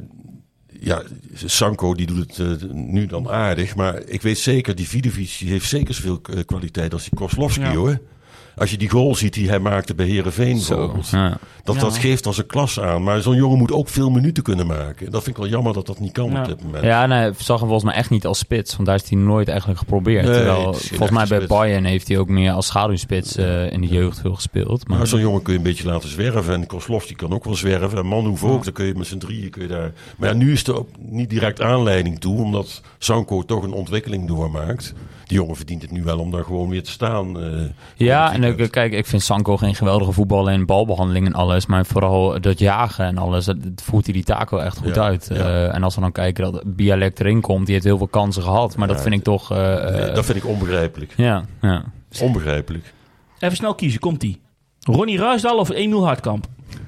Speaker 4: Sanko die doet het nu dan aardig. Maar ik weet zeker, die Vidovic die heeft zeker zoveel kwaliteit als die Kozlowski, hoor. Als je die goal ziet die hij maakte bij Heerenveen bijvoorbeeld.
Speaker 2: Ja.
Speaker 4: Dat geeft als een klas aan. Maar zo'n jongen moet ook veel minuten kunnen maken. Dat vind ik wel jammer dat dat niet kan op dit moment.
Speaker 2: Ja, nee, ik zag hem volgens mij echt niet als spits. Want daar is hij nooit eigenlijk geprobeerd.
Speaker 4: Nee,
Speaker 2: Terwijl, volgens mij bij Bayern heeft hij ook meer als schaduwspits in de jeugd veel gespeeld. Maar
Speaker 4: zo'n jongen kun je een beetje laten zwerven. En Kozlowski kan ook wel zwerven. En Manhoef ook. Dan kun je met z'n drieën daar... Maar ja, nu is er ook niet direct aanleiding toe. Omdat Sanko toch een ontwikkeling doormaakt. Die jongen verdient het nu wel om daar gewoon weer te staan.
Speaker 2: Kijk, ik vind Sanko geen geweldige voetballer in balbehandeling en alles. Maar vooral dat jagen en alles, dat voert hij die taak wel echt goed uit. Ja. En als we dan kijken dat Bialek erin komt, die heeft heel veel kansen gehad. Maar dat vind ik toch...
Speaker 4: dat vind ik onbegrijpelijk.
Speaker 2: Ja.
Speaker 4: Onbegrijpelijk.
Speaker 1: Even snel kiezen, komt-ie. Ronnie Ruisdael of Emiel Hartkamp?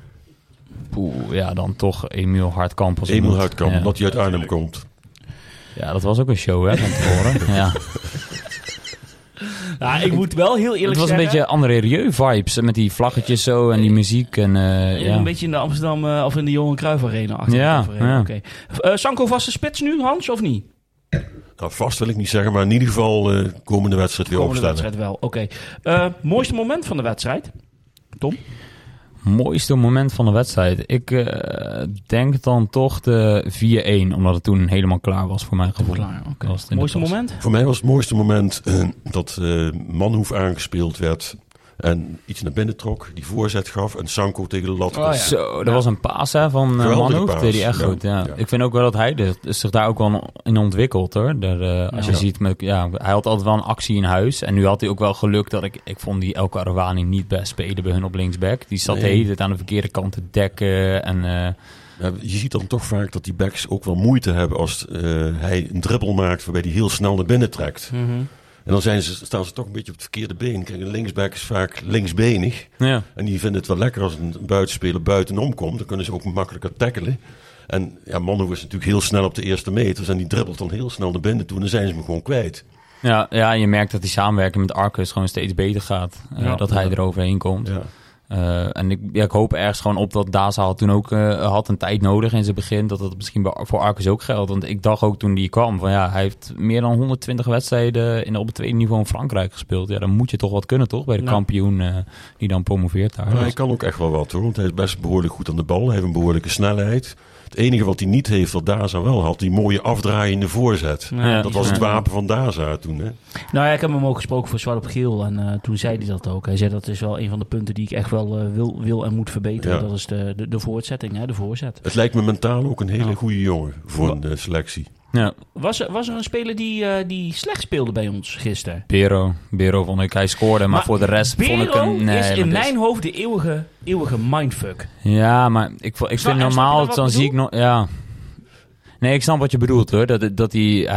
Speaker 2: Dan toch Emiel Hartkamp.
Speaker 4: Emiel Hartkamp, omdat hij uit Arnhem komt.
Speaker 2: Ja, dat was ook een show, hè, van tevoren. Ja.
Speaker 1: Ja, ik moet wel heel eerlijk zeggen...
Speaker 2: Het was een beetje André Rieu-vibes, met die vlaggetjes zo en die muziek. En,
Speaker 1: Een beetje in de Amsterdam of in de Johan Cruijff Arena.
Speaker 2: Ja.
Speaker 1: Okay. Sanko vaste spits nu, Hans, of niet?
Speaker 4: Nou, vast wil ik niet zeggen, maar in ieder geval komende wedstrijd weer opstellen.
Speaker 1: Komende wedstrijd wel, oké. Mooiste moment van de wedstrijd? Tom?
Speaker 2: Mooiste moment van de wedstrijd? Ik denk dan toch de 4-1, omdat het toen helemaal klaar was voor mijn gevoel.
Speaker 1: Klaar, okay. Mooiste moment?
Speaker 4: Voor mij was het mooiste moment dat Manhoef aangespeeld werd en iets naar binnen trok, die voorzet gaf en Sanko tegen de lat.
Speaker 2: Zo, dat was een paas hè, van Manhoef. Dat deed hij echt goed. Ja. Ik vind ook wel dat hij zich daar ook wel in ontwikkelt hoor. Als je ziet, hij had altijd wel een actie in huis. En nu had hij ook wel geluk dat ik vond die El Karouani niet best spelen bij hun op linksback. Die zat de hele tijd aan de verkeerde kant te dekken en...
Speaker 4: je ziet dan toch vaak dat die backs ook wel moeite hebben als hij een dribbel maakt waarbij hij heel snel naar binnen trekt.
Speaker 1: Mm-hmm.
Speaker 4: En dan staan ze toch een beetje op het verkeerde been. Kijk, een linksback is vaak linksbenig.
Speaker 2: Ja.
Speaker 4: En die vinden het wel lekker als een buitenspeler buitenom komt. Dan kunnen ze ook makkelijker tackelen. En Manhoef is natuurlijk heel snel op de eerste meters. En die dribbelt dan heel snel naar binnen toe. En dan zijn ze hem gewoon kwijt.
Speaker 2: Ja, je merkt dat die samenwerking met Arcus gewoon steeds beter gaat. Dat hij eroverheen komt. Ja. En ik hoop ergens gewoon op dat Daza had toen ook had een tijd nodig in zijn begin. Dat het misschien voor Arcus ook geldt. Want ik dacht ook toen die kwam van hij heeft meer dan 120 wedstrijden op het tweede niveau in Frankrijk gespeeld. Ja, dan moet je toch wat kunnen toch bij de kampioen die dan promoveert daar.
Speaker 4: Hij kan ook echt wel wat hoor. Want hij is best behoorlijk goed aan de bal. Hij heeft een behoorlijke snelheid. Het enige wat hij niet heeft, wat Daza wel had, die mooie afdraaiende voorzet. Ja, dat was het wapen van Daza toen. Hè?
Speaker 1: Nou ja, ik heb hem ook gesproken voor Zwart op Geel en toen zei hij dat ook. Hij zei dat is wel een van de punten die ik echt wel wil en moet verbeteren. Ja. Dat is de voortzetting, de voorzet.
Speaker 4: Het lijkt me mentaal ook een hele goede jongen voor een selectie.
Speaker 2: Ja.
Speaker 1: Was er een speler die slecht speelde bij ons gisteren?
Speaker 2: Bero vond ik, hij scoorde, maar voor de rest vond ik hem...
Speaker 1: Nee, is in mijn hoofd de eeuwige mindfuck.
Speaker 2: Ja, maar ik vind normaal, dan zie ik nog... Ja. Nee, ik snap wat je bedoelt hoor. Dat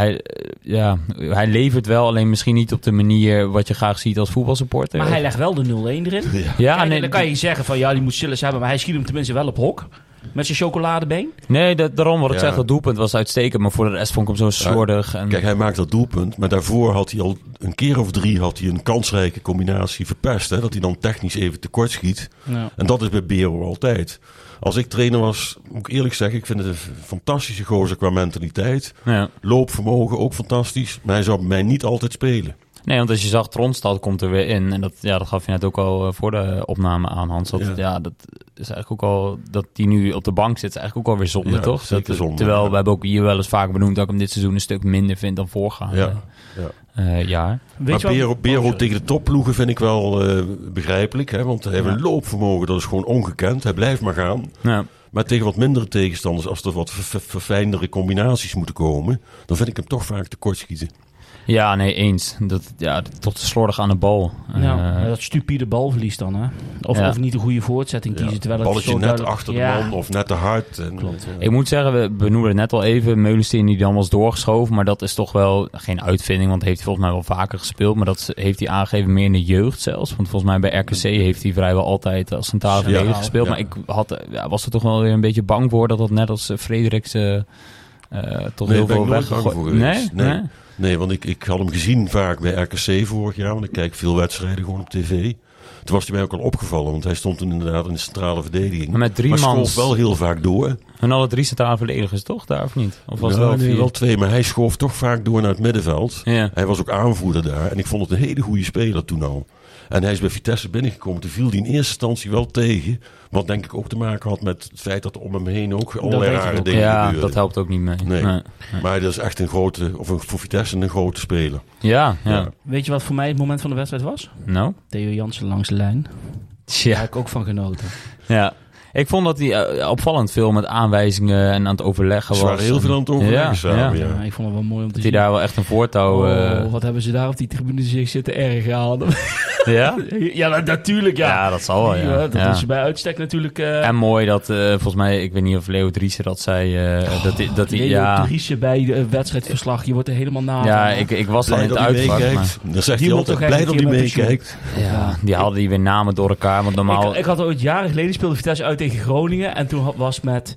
Speaker 2: hij levert wel, alleen misschien niet op de manier wat je graag ziet als voetbalsupporter.
Speaker 1: Maar hij legt wel de 0-1 erin.
Speaker 2: Ja,
Speaker 1: kijk, dan kan je zeggen van die moet Sillis hebben, maar hij schiet hem tenminste wel op hok. Met zijn chocoladebeen?
Speaker 2: Nee, daarom wat ik zeg, dat doelpunt was uitstekend. Maar voor de rest vond ik hem zo slordig. En...
Speaker 4: Kijk, hij maakt dat doelpunt. Maar daarvoor had hij al een keer of 3 een kansrijke combinatie verpest. Hè, dat hij dan technisch even tekort schiet. Ja. En dat is bij Bero altijd. Als ik trainer was, moet ik eerlijk zeggen, ik vind het een fantastische gozer qua mentaliteit. Ja. Loopvermogen ook fantastisch. Maar hij zou bij mij niet altijd spelen.
Speaker 2: Nee, want als je zag, Tronstad komt er weer in. En dat gaf je net ook al voor de opname aan, Hans. Dat is eigenlijk ook al... Dat die nu op de bank zit, is eigenlijk ook alweer zonde, toch?
Speaker 4: Zeker zonde.
Speaker 2: Terwijl we hebben ook hier wel eens vaak benoemd dat ik hem dit seizoen een stuk minder vind dan voorgaande jaar.
Speaker 4: Maar Bero tegen de topploegen vind ik wel begrijpelijk. Hè? Want hij heeft een loopvermogen, dat is gewoon ongekend. Hij blijft maar gaan. Ja. Maar tegen wat mindere tegenstanders, als er wat verfijndere combinaties moeten komen, dan vind ik hem toch vaak tekortschieten.
Speaker 2: Ja, nee, eens. Tot te slordig aan de bal.
Speaker 1: Dat stupide balverlies dan, hè? Of niet de goede voortzetting kiezen. Terwijl het
Speaker 4: balletje net achter de man of net te hard.
Speaker 2: Klopt. Ik moet zeggen, we benoemen het net al even. Meulensteen die dan was doorgeschoven. Maar dat is toch wel geen uitvinding. Want heeft hij volgens mij wel vaker gespeeld. Maar dat heeft hij aangegeven meer in de jeugd zelfs. Want volgens mij bij RKC heeft hij vrijwel altijd als centrale verdediger gespeeld. Ja. Maar ik was er toch wel weer een beetje bang voor. Dat net als Frederiks toch heel veel weggegooid.
Speaker 4: Nee, want ik had hem gezien vaak bij RKC vorig jaar. Want ik kijk veel wedstrijden gewoon op tv. Toen was hij mij ook al opgevallen, want hij stond toen inderdaad in de centrale verdediging.
Speaker 2: Maar met 3
Speaker 4: maar
Speaker 2: man.
Speaker 4: schoof wel heel vaak door.
Speaker 2: En alle 3 centrale verdedigers toch, daar of niet? Of was het
Speaker 4: Ja,
Speaker 2: wel 4?
Speaker 4: wel 2, maar hij schoof toch vaak door naar het middenveld.
Speaker 2: Ja.
Speaker 4: Hij was ook aanvoerder daar en ik vond het een hele goede speler toen al. En hij is bij Vitesse binnengekomen. Toen viel hij in eerste instantie wel tegen. Wat denk ik ook te maken had met het feit dat er om hem heen ook allerlei
Speaker 1: weet ik
Speaker 4: rare
Speaker 1: ook.
Speaker 4: dingen
Speaker 2: Ja,
Speaker 4: gebeurden.
Speaker 2: dat helpt ook niet mee.
Speaker 4: Nee.
Speaker 2: Nee.
Speaker 4: Maar dat is echt voor Vitesse een grote speler.
Speaker 2: Ja.
Speaker 1: Weet je wat voor mij het moment van de wedstrijd was?
Speaker 2: Nou?
Speaker 1: Theo Jansen langs de lijn. Daar
Speaker 2: Ja.
Speaker 1: heb ik ook van genoten.
Speaker 2: Ja. Ik vond dat hij opvallend veel met aanwijzingen en aan het overleggen
Speaker 4: Ze
Speaker 2: was.
Speaker 4: waren heel veel aan het overleggen
Speaker 2: Ja,
Speaker 4: samen.
Speaker 2: ja.
Speaker 4: Ja.
Speaker 1: Ja, ik vond het wel mooi om te
Speaker 2: Dat hij
Speaker 1: zien.
Speaker 2: daar wel echt een voortouw...
Speaker 1: Wat hebben ze daar op die tribune zich zitten ergeren.
Speaker 2: ja?
Speaker 1: Ja, natuurlijk ja.
Speaker 2: Ja, dat zal wel, ja.
Speaker 1: Dat
Speaker 2: Ja.
Speaker 1: is bij uitstek natuurlijk...
Speaker 2: En mooi dat, volgens mij, ik weet niet of Leo Driessen dat zei, dat hij,
Speaker 1: Leo
Speaker 2: ja...
Speaker 1: Driessen bij de wedstrijdverslag. Je wordt er helemaal na.
Speaker 2: Ja,
Speaker 1: van,
Speaker 2: ik was dan in
Speaker 4: Blij
Speaker 2: het
Speaker 4: dat hij
Speaker 2: uitvak, maar...
Speaker 4: meekijkt. Dan zegt
Speaker 1: Die
Speaker 4: hij
Speaker 1: moet
Speaker 4: altijd
Speaker 1: toch
Speaker 4: blij
Speaker 1: echt
Speaker 4: dat
Speaker 1: een
Speaker 4: hij
Speaker 1: keer met
Speaker 4: meekijkt.
Speaker 2: Ja, die hadden die weer namen door elkaar, want normaal...
Speaker 1: Ik had ooit jaren geleden speelde Vitesse uit tegen Groningen. En toen was met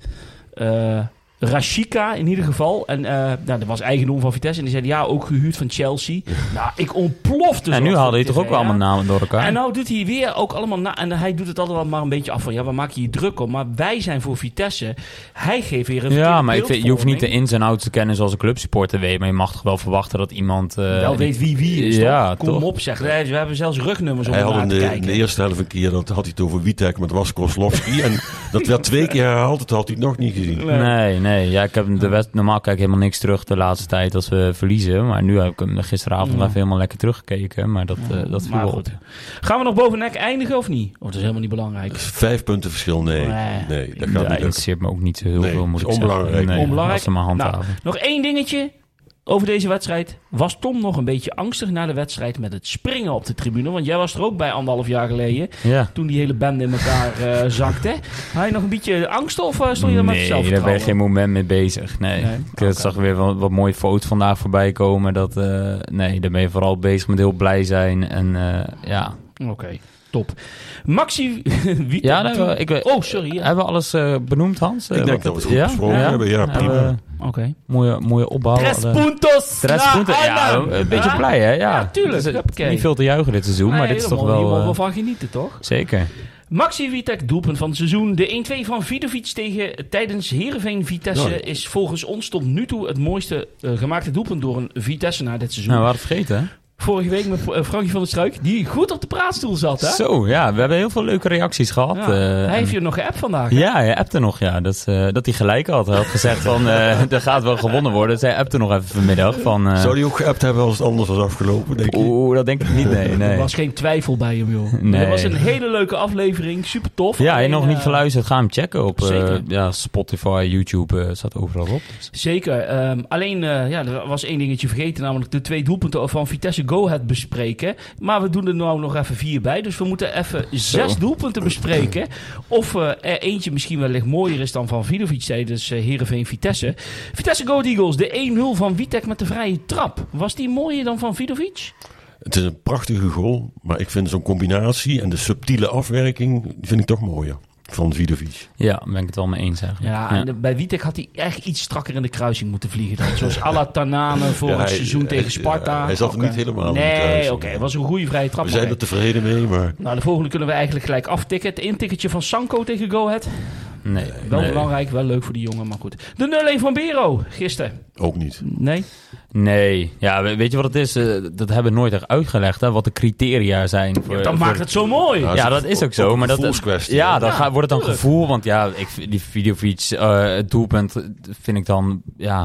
Speaker 1: Rashica in ieder geval. En dat was eigendom van Vitesse. En die zeiden ja, ook gehuurd van Chelsea. Nou, ik ontplofte.
Speaker 2: En nu
Speaker 1: zo
Speaker 2: hadden
Speaker 1: voor
Speaker 2: hij
Speaker 1: de
Speaker 2: toch ook
Speaker 1: tv,
Speaker 2: wel allemaal
Speaker 1: ja.
Speaker 2: namen door elkaar?
Speaker 1: En nou doet hij weer ook allemaal na. En hij doet het altijd wel maar een beetje af van... Ja, waar maak je je druk om? Maar wij zijn voor Vitesse. Hij geeft weer een
Speaker 2: Ja, maar ik vind, je hoeft niet de
Speaker 1: beeldvorming.
Speaker 2: ins en outs te kennen zoals een clubsupporter weet. Maar je mag toch wel verwachten dat iemand...
Speaker 1: Wel weet wie is,
Speaker 2: Ja,
Speaker 1: toch? Kom
Speaker 2: toch?
Speaker 1: op, zeg. We hebben zelfs rugnummers om
Speaker 4: Hij
Speaker 1: naar
Speaker 4: had
Speaker 1: te
Speaker 4: in
Speaker 1: kijken.
Speaker 4: de eerste helft een keer, dat had hij het over Witek, maar dat was Kozlowski. En dat werd 2 keer herhaald, dat had hij nog niet gezien.
Speaker 2: Nee. Ja, ik heb normaal kijk ik helemaal niks terug de laatste tijd als we verliezen. Maar nu heb ik hem gisteravond even helemaal lekker teruggekeken. Maar dat viel
Speaker 1: Maar
Speaker 2: wel
Speaker 1: goed.
Speaker 2: op.
Speaker 1: Gaan we nog boven nek eindigen of niet? Of dat is helemaal niet belangrijk.
Speaker 4: 5 punten verschil, nee.
Speaker 1: Nee.
Speaker 4: Nee, dat
Speaker 2: Ja,
Speaker 4: gaat niet lukken.
Speaker 2: interesseert me ook niet zo heel
Speaker 4: Nee,
Speaker 2: veel, moet
Speaker 4: is
Speaker 2: ik zeggen.
Speaker 4: onbelangrijk.
Speaker 2: Nee,
Speaker 1: Onbelangrijk.
Speaker 2: als ze maar handhaven.
Speaker 1: Nou, nog 1 dingetje over deze wedstrijd. Was Tom nog een beetje angstig na de wedstrijd met het springen op de tribune? Want jij was er ook bij 1,5 jaar geleden.
Speaker 2: Ja.
Speaker 1: Toen die hele bende in elkaar zakte. Had je nog een beetje angst of stond je er met
Speaker 2: Nee,
Speaker 1: jezelf?
Speaker 2: daar ben je geen moment mee bezig. Nee.
Speaker 1: Nee?
Speaker 2: Ik
Speaker 1: Oké.
Speaker 2: zag weer wat mooie foto's vandaag voorbij komen. Nee, daar ben je vooral bezig met heel blij zijn. En ja.
Speaker 1: Oké, top. Maxi... Wie
Speaker 2: Ja,
Speaker 1: oh, sorry. Ja.
Speaker 2: Hebben we alles benoemd, Hans?
Speaker 4: Ik denk dat we het goed besproken hebben. Ja, prima.
Speaker 2: Hebben
Speaker 1: Oké.
Speaker 2: we mooie opbouw.
Speaker 1: 3 puntos.
Speaker 2: Tres punten. Ja, een beetje blij, hè? Ja,
Speaker 1: tuurlijk.
Speaker 2: Het is
Speaker 1: Hoppakee.
Speaker 2: niet veel te juichen dit seizoen, maar dit is toch
Speaker 1: Hier mogen we
Speaker 2: wel...
Speaker 1: van genieten, toch?
Speaker 2: Zeker.
Speaker 1: Maxi Witek, doelpunt van het seizoen. De 1-2 van Vidovic tijdens Heerenveen Vitesse
Speaker 4: Ja.
Speaker 1: is volgens ons tot nu toe het mooiste gemaakte doelpunt door een Vitesse dit seizoen.
Speaker 2: Nou, we hadden het vergeten, hè?
Speaker 1: Vorige week met Frankie van der Struik, die goed op de praatstoel zat, hè?
Speaker 2: Zo, ja. We hebben heel veel leuke reacties gehad.
Speaker 1: Ja. Hij heeft je nog geappt vandaag. hè?
Speaker 2: Ja, hij appte nog, ja. Dat hij gelijk had. Hij had gezegd van, er gaat wel gewonnen worden. Dus hij appte nog even vanmiddag van...
Speaker 4: Zou die ook geappt hebben als het anders was afgelopen, denk ik?
Speaker 2: Oeh, dat denk ik niet, nee.
Speaker 1: Er was geen twijfel bij hem, joh.
Speaker 2: Nee.
Speaker 1: Het was een hele leuke aflevering, super tof.
Speaker 2: Ja,
Speaker 1: Alleen,
Speaker 2: je nog niet geluisterd, ga hem checken op
Speaker 1: zeker.
Speaker 2: Spotify, YouTube, staat overal op. Dus.
Speaker 1: Zeker. Alleen, er was 1 dingetje vergeten, namelijk de 2 doelpunten van Vitesse Go Ahead bespreken. Maar we doen er nou nog even 4 bij. Dus we moeten even 6 doelpunten bespreken. Of er eentje misschien wellicht mooier is dan van Vidovic tijdens Heerenveen Vitesse. Vitesse Go Ahead Eagles, de 1-0 van Witek met de vrije trap. Was die mooier dan van Vidovic?
Speaker 4: Het is een prachtige goal, maar ik vind zo'n combinatie en de subtiele afwerking, die vind ik toch mooier. Van Vidovic.
Speaker 2: Ja, daar ben ik het wel mee eens eigenlijk.
Speaker 1: Ja, en bij Witek had hij echt iets strakker in de kruising moeten vliegen dan. Zoals à la Tanane voor
Speaker 4: Ja,
Speaker 1: het
Speaker 4: hij-
Speaker 1: seizoen tegen Sparta.
Speaker 4: ja, hij zat er niet helemaal in de
Speaker 1: Nee,
Speaker 4: kruising.
Speaker 1: oké. Het was een goede vrije trap.
Speaker 4: We zijn
Speaker 1: oké.
Speaker 4: er tevreden mee, maar
Speaker 1: Nou, de volgende kunnen we eigenlijk gelijk aftikken. Het intikketje van Sanko tegen Go Ahead.
Speaker 2: Nee.
Speaker 1: Wel
Speaker 2: nee.
Speaker 1: belangrijk, wel leuk voor die jongen, maar goed. De 0-1 van Bero, gisteren.
Speaker 4: ook niet.
Speaker 1: Nee?
Speaker 2: Nee, ja, weet je wat het is? Dat hebben we nooit echt uitgelegd, hè, wat de criteria zijn. Voor,
Speaker 1: Dat maakt het zo mooi.
Speaker 4: Ja,
Speaker 2: Ja, dat is ook zo.
Speaker 4: een
Speaker 2: Maar dat
Speaker 4: gevoelskwestie,
Speaker 2: ja,
Speaker 4: hè?
Speaker 2: dan
Speaker 1: Ja,
Speaker 2: wordt het dan
Speaker 1: tuurlijk.
Speaker 2: gevoel. Want ja, die Vidovic, het doelpunt vind ik dan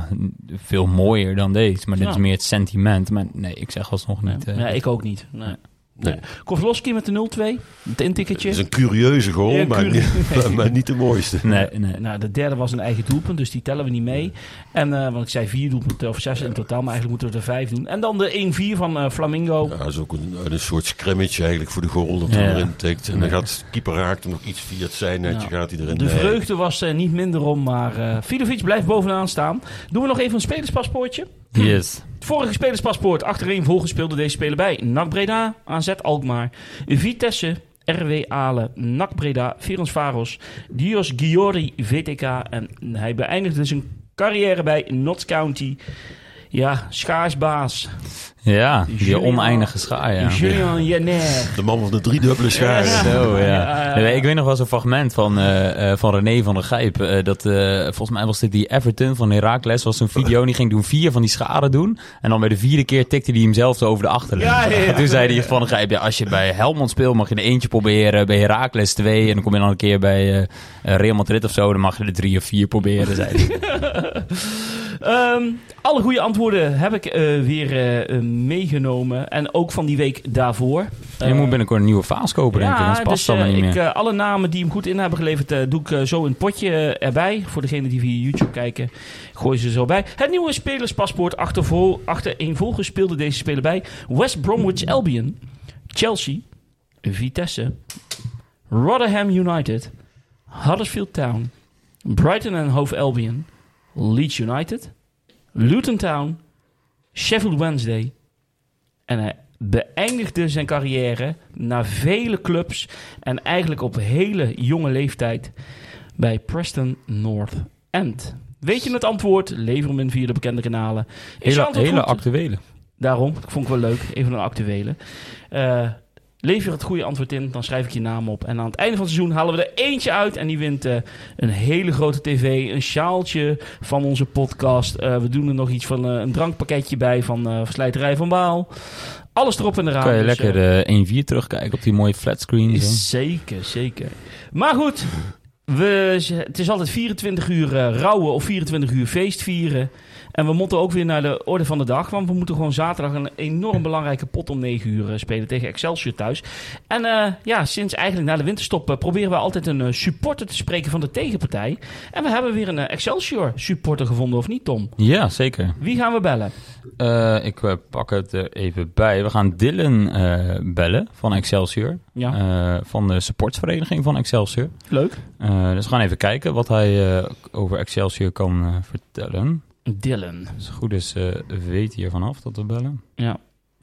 Speaker 2: veel mooier dan deze. Maar dit
Speaker 1: Ja.
Speaker 2: is meer het sentiment. Maar nee, ik zeg alsnog niet.
Speaker 1: Ja, ik ook niet. Nee.
Speaker 4: Nee.
Speaker 1: Kozlowski met de 0-2. Het intikketje.
Speaker 4: Het is een curieuze goal,
Speaker 1: Ja,
Speaker 4: maar niet de mooiste.
Speaker 2: Nee.
Speaker 1: Nou, de derde was een eigen doelpunt, dus die tellen we niet mee. En, want ik zei 4 doelpunten of 6 in totaal, maar eigenlijk moeten we er 5 doen. En dan de 1-4 van Flamingo.
Speaker 4: Ja, dat is ook een soort scrimmage eigenlijk voor de goal dat hij
Speaker 2: Ja.
Speaker 4: erin tikt. En dan gaat de keeper raakt hem nog iets via het zijnetje,
Speaker 1: Ja.
Speaker 4: gaat hij erin.
Speaker 1: De
Speaker 4: Nee.
Speaker 1: vreugde was niet minder om, maar Vidovic blijft bovenaan staan. Doen we nog even een spelerspaspoortje.
Speaker 2: Yes.
Speaker 1: Het vorige spelerspaspoort achterin volgespeelde deze speler bij NAC Breda, AZ Alkmaar, Vitesse, RW Aalen, NAC Breda, Ferencvaros, Dios Giori, VTK en hij beëindigde zijn carrière bij Notts County. Ja, schaarsbaas.
Speaker 2: Ja, die oneindige schaar, ja.
Speaker 1: Julien Jenner.
Speaker 4: De man van de 3-dubbele schaar.
Speaker 2: Zo, ja. Ik weet nog wel zo'n fragment van René van der Gijp. Volgens mij was dit die Everton van Heracles. Was zo'n video en die ging doen 4 van die scharen doen. En dan bij de 4e keer tikte hij hem zelf zo over de achterlijn. Ja. En toen zei hij van der Gijp, ja, als je bij Helmond speelt mag je er eentje proberen. Bij Heracles 2. En dan kom je dan een keer bij Real Madrid of zo. Dan mag je er 3 of 4 proberen, zei hij.
Speaker 1: Alle goede antwoorden heb ik weer meegenomen. En ook van die week daarvoor.
Speaker 2: Je moet binnenkort een nieuwe vaas kopen, denk ik. Dat past
Speaker 1: dus,
Speaker 2: allemaal niet meer.
Speaker 1: Alle namen die hem goed in hebben geleverd, doe ik zo een potje erbij. Voor degenen die via YouTube kijken, gooi ze zo bij. Het nieuwe spelerspaspoort achtereenvolgens speelde deze speler bij West Bromwich Albion, Chelsea, Vitesse, Rotherham United, Huddersfield Town, Brighton and Hove Albion, Leeds United, Luton Town, Sheffield Wednesday. En hij beëindigde zijn carrière na vele clubs en eigenlijk op hele jonge leeftijd bij Preston North End. Weet je het antwoord? Lever hem in via de bekende kanalen.
Speaker 2: Hele actuele.
Speaker 1: Daarom, ik vond het wel leuk. Even een actuele. Lever het goede antwoord in, dan schrijf ik je naam op. En aan het einde van het seizoen halen we er eentje uit. En die wint een hele grote tv, een sjaaltje van onze podcast. We doen er nog iets van een drankpakketje bij van Verslijterij van Baal. Alles erop en eraan.
Speaker 2: Kan je lekker de 1-4 terugkijken op die mooie flatscreen.
Speaker 1: Zeker, zeker. Maar goed, het is altijd 24 uur rouwen of 24 uur feest vieren. En we moeten ook weer naar de orde van de dag. Want we moeten gewoon zaterdag een enorm belangrijke pot om 9 uur spelen tegen Excelsior thuis. En sinds eigenlijk na de winterstop proberen we altijd een supporter te spreken van de tegenpartij. En we hebben weer een Excelsior supporter gevonden, of niet, Tom?
Speaker 2: Ja, zeker.
Speaker 1: Wie gaan we bellen?
Speaker 2: Ik pak het er even bij. We gaan Dylan bellen van Excelsior. Ja. Van de supportsvereniging van Excelsior.
Speaker 1: Leuk.
Speaker 2: Dus we gaan even kijken wat hij over Excelsior kan vertellen.
Speaker 1: Dylan.
Speaker 2: Als het goed is, weet hij ervan af dat we bellen.
Speaker 1: Ja.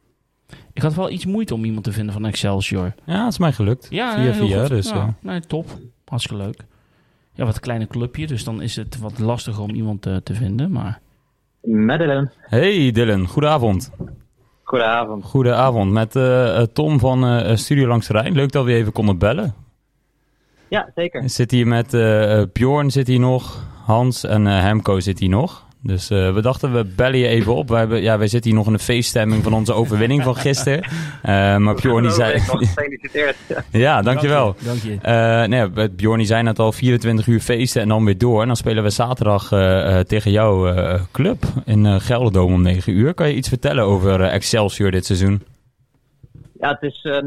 Speaker 1: Ik had wel iets moeite om iemand te vinden van Excelsior.
Speaker 2: Ja, het is mij gelukt.
Speaker 1: Ja,
Speaker 2: via. Dus,
Speaker 1: nee, top. Hartstikke leuk. Ja, wat een kleine clubje, dus dan is het wat lastiger om iemand te vinden, maar...
Speaker 5: Met Dylan.
Speaker 2: Hey Dylan, goedenavond.
Speaker 5: Goedenavond.
Speaker 2: Goedenavond, met Tom van Studio Langs de Rijn. Leuk dat we even konden bellen.
Speaker 5: Ja, zeker.
Speaker 2: Zit hier met Bjorn zit hier nog, Hans en Hemco zit hier nog. Dus we dachten, we bellen je even op. Wij zitten hier nog in de feeststemming van onze overwinning van gisteren. Maar Bjorn die zei...
Speaker 5: nog gefeliciteerd.
Speaker 2: Ja, dankjewel.
Speaker 1: Dank je.
Speaker 2: Bjorn die zei net al 24 uur feesten en dan weer door. En dan spelen we zaterdag tegen jouw club in Gelderdoom om 9 uur. Kan je iets vertellen over Excelsior dit seizoen?
Speaker 5: Ja, het is een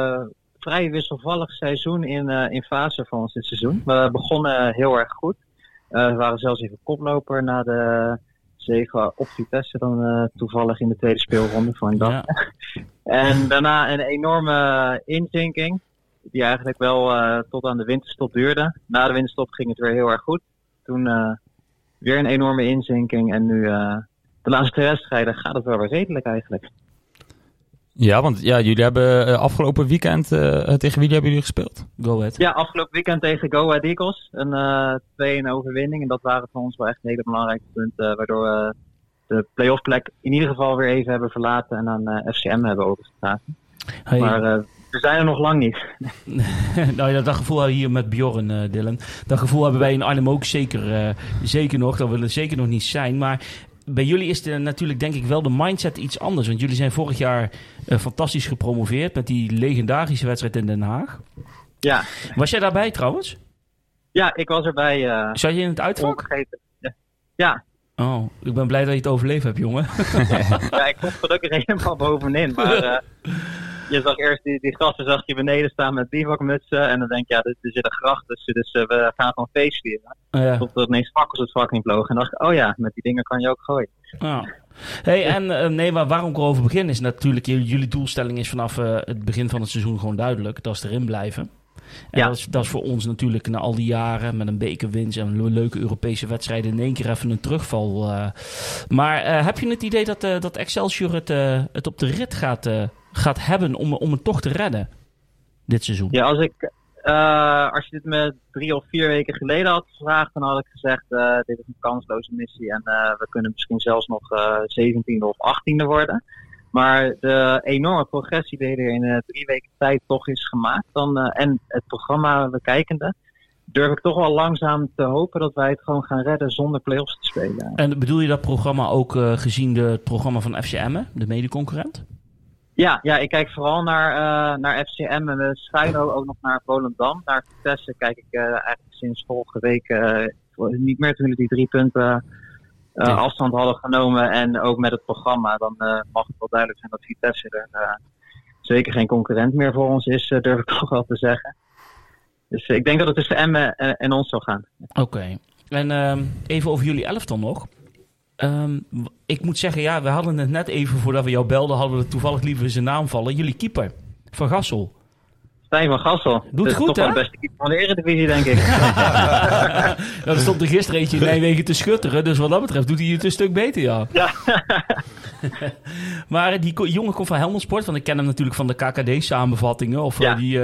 Speaker 5: vrij wisselvallig seizoen in fase van ons dit seizoen. We begonnen heel erg goed. We waren zelfs even koploper na de zege op Vitesse dan toevallig in de tweede speelronde van een dag. Ja. En daarna een enorme inzinking die eigenlijk wel tot aan de winterstop duurde. Na de winterstop ging het weer heel erg goed. Toen weer een enorme inzinking en nu de laatste 2 wedstrijden gaat het wel weer redelijk eigenlijk.
Speaker 2: Ja, want jullie hebben afgelopen weekend tegen wie hebben jullie gespeeld?
Speaker 1: Go Ahead.
Speaker 5: Ja, afgelopen weekend tegen Go Ahead Eagles. Een 2-1 overwinning. En dat waren voor ons wel echt hele belangrijke punten. Waardoor we de playoff plek in ieder geval weer even hebben verlaten. En aan FCM hebben overgedragen. Hey. Maar we zijn er nog lang niet.
Speaker 1: Nou ja, dat gevoel hebben we hier met Bjorn, Dylan. Dat gevoel hebben wij in Arnhem ook zeker nog. Dat willen we zeker nog niet zijn. Maar... bij jullie is natuurlijk denk ik wel de mindset iets anders. Want jullie zijn vorig jaar fantastisch gepromoveerd met die legendarische wedstrijd in Den Haag.
Speaker 5: Ja.
Speaker 1: Was jij daarbij trouwens?
Speaker 5: Ja, ik was erbij.
Speaker 1: Zat je in het uitvak?
Speaker 5: Ja.
Speaker 1: Oh, ik ben blij dat je het overleefd hebt, jongen.
Speaker 5: Ja, ik kom gelukkig helemaal bovenin. Maar je zag eerst die gasten zag je beneden staan met bivakmutsen. En dan denk je, ja, er zit een gracht tussen. Dus we gaan gewoon feest vieren.
Speaker 1: Ja.
Speaker 5: Tot er ineens fakkels het vak in vlogen. En dacht ik, oh ja, met die dingen kan je ook gooien.
Speaker 1: Oh. Hey, en maar waarom ik erover begin is natuurlijk... jullie doelstelling is vanaf het begin van het seizoen gewoon duidelijk. Dat is erin blijven. En ja. dat is voor ons natuurlijk na al die jaren... met een bekerwinst en leuke Europese wedstrijden... in één keer even een terugval. Maar heb je het idee dat Excelsior het op de rit gaat hebben... om het toch te redden dit seizoen?
Speaker 5: Ja, als je dit me 3 of 4 weken geleden had gevraagd... dan had ik gezegd, dit is een kansloze missie... en we kunnen misschien zelfs nog 17e of 18e worden. Maar de enorme progressie die er in 3 weken tijd toch is gemaakt, en het programma bekijkende, durf ik toch wel langzaam te hopen dat wij het gewoon gaan redden zonder play-offs te spelen.
Speaker 1: En bedoel je dat programma ook gezien het programma van FC Emmen, de medeconcurrent?
Speaker 5: Ja, ik kijk vooral naar FCM en we schuilen ook nog naar Volendam. Naar Vitesse kijk ik eigenlijk sinds vorige week niet meer, toen jullie die 3 punten afstand hadden genomen. En ook met het programma, dan mag het wel duidelijk zijn dat Vitesse er zeker geen concurrent meer voor ons is, durf ik toch wel te zeggen. Dus ik denk dat het tussen Emmen en ons zal gaan.
Speaker 1: Oké. En even over jullie elftal nog. Ik moet zeggen, we hadden het net even voordat we jou belden, hadden we toevallig liever zijn naam vallen. Jullie keeper, Van Gassel.
Speaker 5: Stijn van Gassel.
Speaker 1: Doet het goed,
Speaker 5: toch
Speaker 1: hè?
Speaker 5: wel de beste keeper van de Eredivisie, denk ik.
Speaker 1: Er stond er gisteren eentje in Nijmegen te schutteren, dus wat dat betreft doet hij het een stuk beter, ja. Maar die jongen komt van Helmond Sport, want ik ken hem natuurlijk van de KKD-samenvattingen of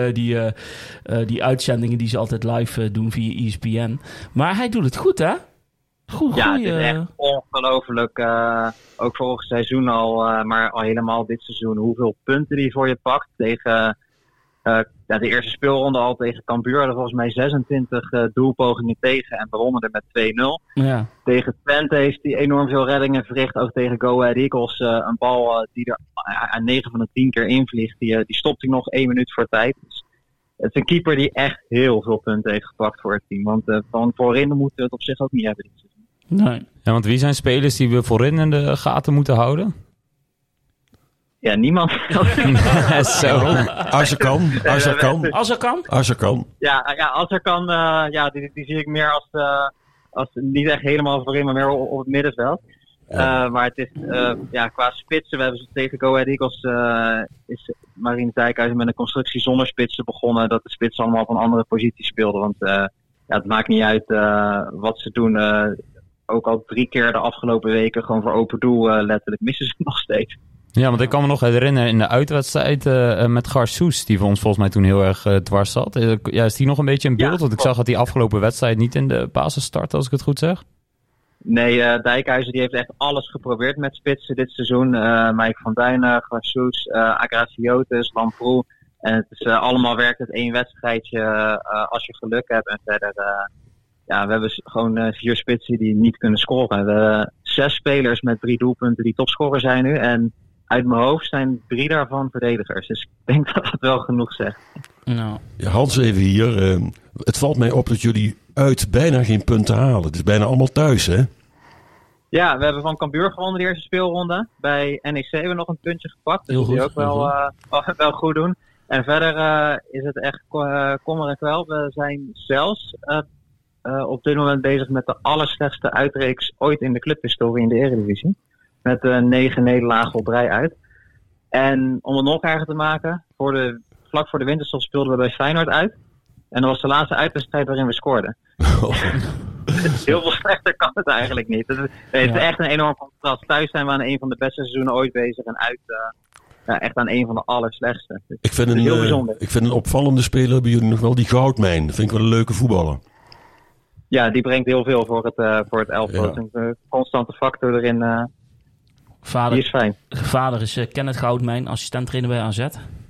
Speaker 1: die uitzendingen die ze altijd live doen via ESPN. Maar hij doet het goed, hè?
Speaker 5: Het is echt ongelooflijk. Ook vorig seizoen al, maar al helemaal dit seizoen. Hoeveel punten die voor je pakt tegen de eerste speelronde al tegen Cambuur. Hadden volgens mij 26 doelpogingen tegen en bewonnen er met 2-0.
Speaker 1: Ja.
Speaker 5: Tegen Twente heeft hij enorm veel reddingen verricht. Ook tegen Go Ahead Eagles. Een bal die er 9 van de 10 keer invliegt. Die stopt hij nog 1 minuut voor tijd. Dus het is een keeper die echt heel veel punten heeft gepakt voor het team. Want van voorin moeten we het op zich ook niet hebben dit seizoen.
Speaker 1: Nee.
Speaker 2: Ja, want wie zijn spelers die we voorin in de gaten moeten houden?
Speaker 5: Ja, niemand.
Speaker 2: Zo.
Speaker 4: Als er kan.
Speaker 5: Als er kan, die zie ik meer als niet echt helemaal voorin, maar meer op het middenveld. Maar het is, qua spitsen, we hebben ze tegen Go Ahead Eagles, is Marien Dijkhuizen met een constructie zonder spitsen begonnen, dat de spitsen allemaal op een andere positie speelden. Want het maakt niet uit wat ze doen. Ook al 3 keer de afgelopen weken gewoon voor open doel letterlijk missen ze nog steeds.
Speaker 2: Ja, want ik kan me nog herinneren in de uitwedstrijd met Garsoes, die voor ons volgens mij toen heel erg dwars zat. Is die nog een beetje in beeld? Want ik zag dat die afgelopen wedstrijd niet in de basis startte, als ik het goed zeg.
Speaker 5: Nee, Dijkhuizen die heeft echt alles geprobeerd met spitsen dit seizoen. Mike van Duinen, Garsoes, Agraciotis, Lamproe. En het is allemaal werkt het 1 wedstrijdje als je geluk hebt. En verder, we hebben gewoon 4 spitsen die niet kunnen scoren. We hebben 6 spelers met 3 doelpunten die topscorer zijn nu. En uit mijn hoofd zijn 3 daarvan verdedigers. Dus ik denk dat het wel genoeg zegt.
Speaker 1: Nou.
Speaker 4: Ja, Hans, even hier. Het valt mij op dat jullie uit bijna geen punten halen. Het is bijna allemaal thuis, hè?
Speaker 5: Ja, we hebben van Cambuur gewonnen de eerste speelronde. Bij NEC hebben we nog een puntje gepakt. Dus die ook wel goed doen. En verder is het echt kommer en kwel. We zijn zelfs op dit moment bezig met de allerslechtste uitreeks ooit in de clubhistorie in de Eredivisie. Met 9 nederlagen op rij uit. En om het nog erger te maken, vlak voor de winterstop speelden we bij Feyenoord uit. En dat was de laatste uitwedstrijd waarin we scoorden. Heel veel slechter kan het eigenlijk niet. Het is echt een enorm contrast. Thuis zijn we aan een van de beste seizoenen ooit bezig. En uit echt aan een van de allerslechtste.
Speaker 4: Ik vind
Speaker 5: heel bijzonder.
Speaker 4: Ik vind een opvallende speler bij jullie nog wel die Goudmijn. Dat vind ik wel een leuke voetballer.
Speaker 5: Ja, die brengt heel veel voor het elftal. Ja. Een constante factor erin. Die is fijn.
Speaker 1: Vader is Kenneth Goudmijn, assistent-trainer bij AZ.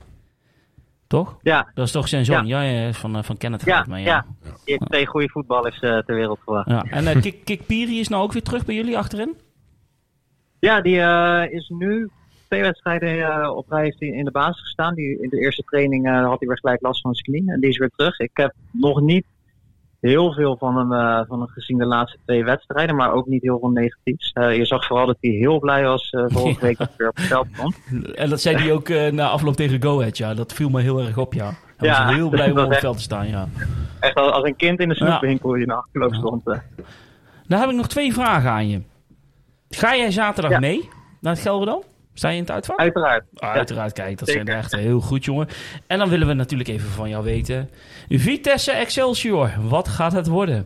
Speaker 1: Toch?
Speaker 5: Ja.
Speaker 1: Dat is toch zijn zoon? Ja, van Kenneth Goudmijn.
Speaker 5: Ja. Die heeft 2 goede voetballers ter wereld gebracht.
Speaker 1: Ja. En Kik Piri is nou ook weer terug bij jullie achterin?
Speaker 5: Ja, die is nu 2 wedstrijden op rij heeft hij in de basis gestaan. In de eerste training had hij weer gelijk last van zijn knie. En die is weer terug. Ik heb nog niet heel veel van hem gezien de laatste 2 wedstrijden, maar ook niet heel veel negatiefs. Je zag vooral dat hij heel blij was vorige week dat hij weer op het veld stond.
Speaker 1: En dat zei hij ook na afloop tegen Go Ahead, ja. Dat viel me heel erg op, ja. Hij was heel blij om op het veld te staan, ja.
Speaker 5: Echt als een kind in de snoepwinkel die na afloop stond.
Speaker 1: Dan heb ik nog 2 vragen aan je. Ga jij zaterdag mee naar het Gelredome? Sta je in het uitvak?
Speaker 5: Uiteraard.
Speaker 1: Uiteraard, kijk, dat zijn echt heel goed, jongen. En dan willen we natuurlijk even van jou weten. Vitesse Excelsior, wat gaat het worden?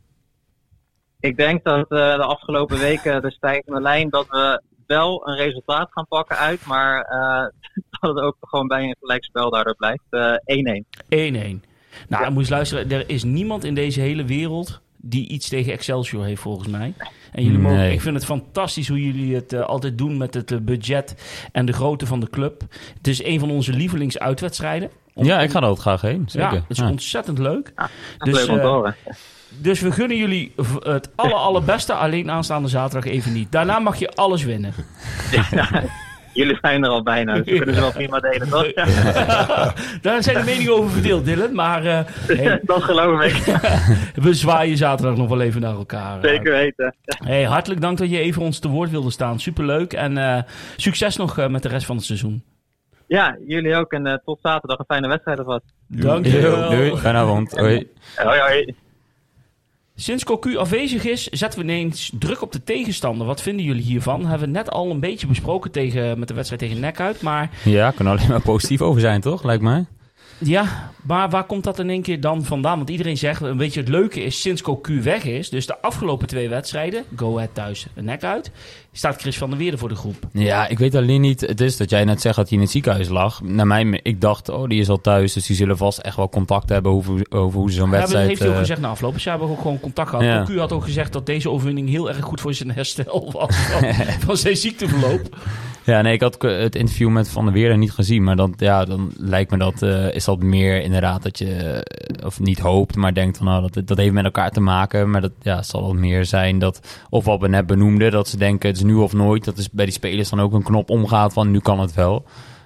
Speaker 5: Ik denk dat de afgelopen weken de stijgende lijn dat we wel een resultaat gaan pakken uit, maar dat het ook gewoon bij een gelijkspel daardoor blijft. 1-1.
Speaker 1: 1-1. Nou, moet je luisteren. Er is niemand in deze hele wereld die iets tegen Excelsior heeft, volgens mij. En jullie mogen, ik vind het fantastisch hoe jullie het altijd doen met het budget en de grootte van de club. Het is een van onze lievelingsuitwedstrijden.
Speaker 2: Ja, ik ga er altijd graag heen. Zeker.
Speaker 1: Ja, het is ontzettend leuk.
Speaker 5: Ja,
Speaker 1: Dus,
Speaker 5: leuk om te horen.
Speaker 1: Dus we gunnen jullie het allerbeste, alleen aanstaande zaterdag even niet. Daarna mag je alles winnen.
Speaker 5: Ja, jullie zijn er al bijna, dus we kunnen ze wel prima delen, toch?
Speaker 1: Daar zijn de meningen over verdeeld, Dylan. Maar hey,
Speaker 5: Dat geloof ik.
Speaker 1: we zwaaien zaterdag nog wel even naar elkaar.
Speaker 5: Zeker weten.
Speaker 1: Hey, hartelijk dank dat je even ons te woord wilde staan. Superleuk. En succes nog met de rest van het seizoen.
Speaker 5: Ja, jullie ook. En tot zaterdag een fijne wedstrijd alvast.
Speaker 1: Dank je wel.
Speaker 2: Doei, fijne avond. Hoi.
Speaker 5: Hoi.
Speaker 1: Sinds Cocu afwezig is, zetten we ineens druk op de tegenstander. Wat vinden jullie hiervan? Hebben we net al een beetje besproken met de wedstrijd tegen NEC uit. Maar
Speaker 2: Ja, kan alleen maar positief over zijn, toch? Lijkt mij.
Speaker 1: ja, maar waar komt dat in één keer dan vandaan? Want iedereen zegt, een beetje het leuke is, sinds Cocu weg is, dus de afgelopen 2 wedstrijden, Go Ahead thuis en NEC uit, staat Chris van der Weerde voor de groep.
Speaker 2: Ja, ik weet alleen niet. Het is dat jij net zegt dat hij in het ziekenhuis lag. Ik dacht, die is al thuis. Dus die zullen vast echt wel contact hebben over hoe ze zo'n wedstrijd...
Speaker 1: heeft hij ook gezegd na afloop. Dus ze hebben ook gewoon contact gehad.
Speaker 2: Ja.
Speaker 1: Cocu had ook gezegd dat deze overwinning heel erg goed voor zijn herstel was van zijn ziekteverloop.
Speaker 2: Ja, nee, ik had het interview met Van der Weerde niet gezien. Maar dan lijkt me dat... is dat meer inderdaad dat je... of niet hoopt, maar denkt van... dat heeft met elkaar te maken. Maar dat zal het meer zijn dat... Of wat we net benoemden, dat ze denken... het is nu of nooit. Dat is bij die spelers dan ook een knop omgaat van... nu kan het wel.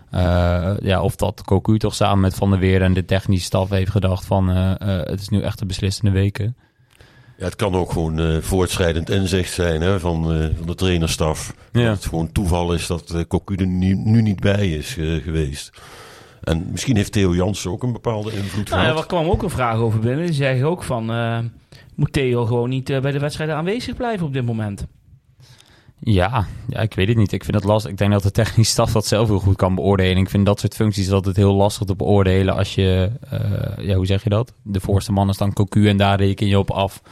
Speaker 2: Of dat Cocu toch samen met Van der Weerde... en de technische staf heeft gedacht van... het is nu echt de beslissende weken.
Speaker 4: Ja, het kan ook gewoon voortschrijdend inzicht zijn hè, van de trainerstaf.
Speaker 2: Ja.
Speaker 4: Dat het gewoon toeval is dat Cocu er nu niet bij is geweest. En misschien heeft Theo Jansen ook een bepaalde invloed
Speaker 1: Nou,
Speaker 4: gehad.
Speaker 1: er kwam ook een vraag over binnen. Die zei ook van... moet Theo gewoon niet bij de wedstrijden aanwezig blijven op dit moment?
Speaker 2: Ja, ik weet het niet. Ik vind het lastig. Ik denk dat de technische staf dat zelf heel goed kan beoordelen. Ik vind dat soort functies altijd heel lastig te beoordelen als je... hoe zeg je dat? De voorste man is dan Cocu en daar reken je op af.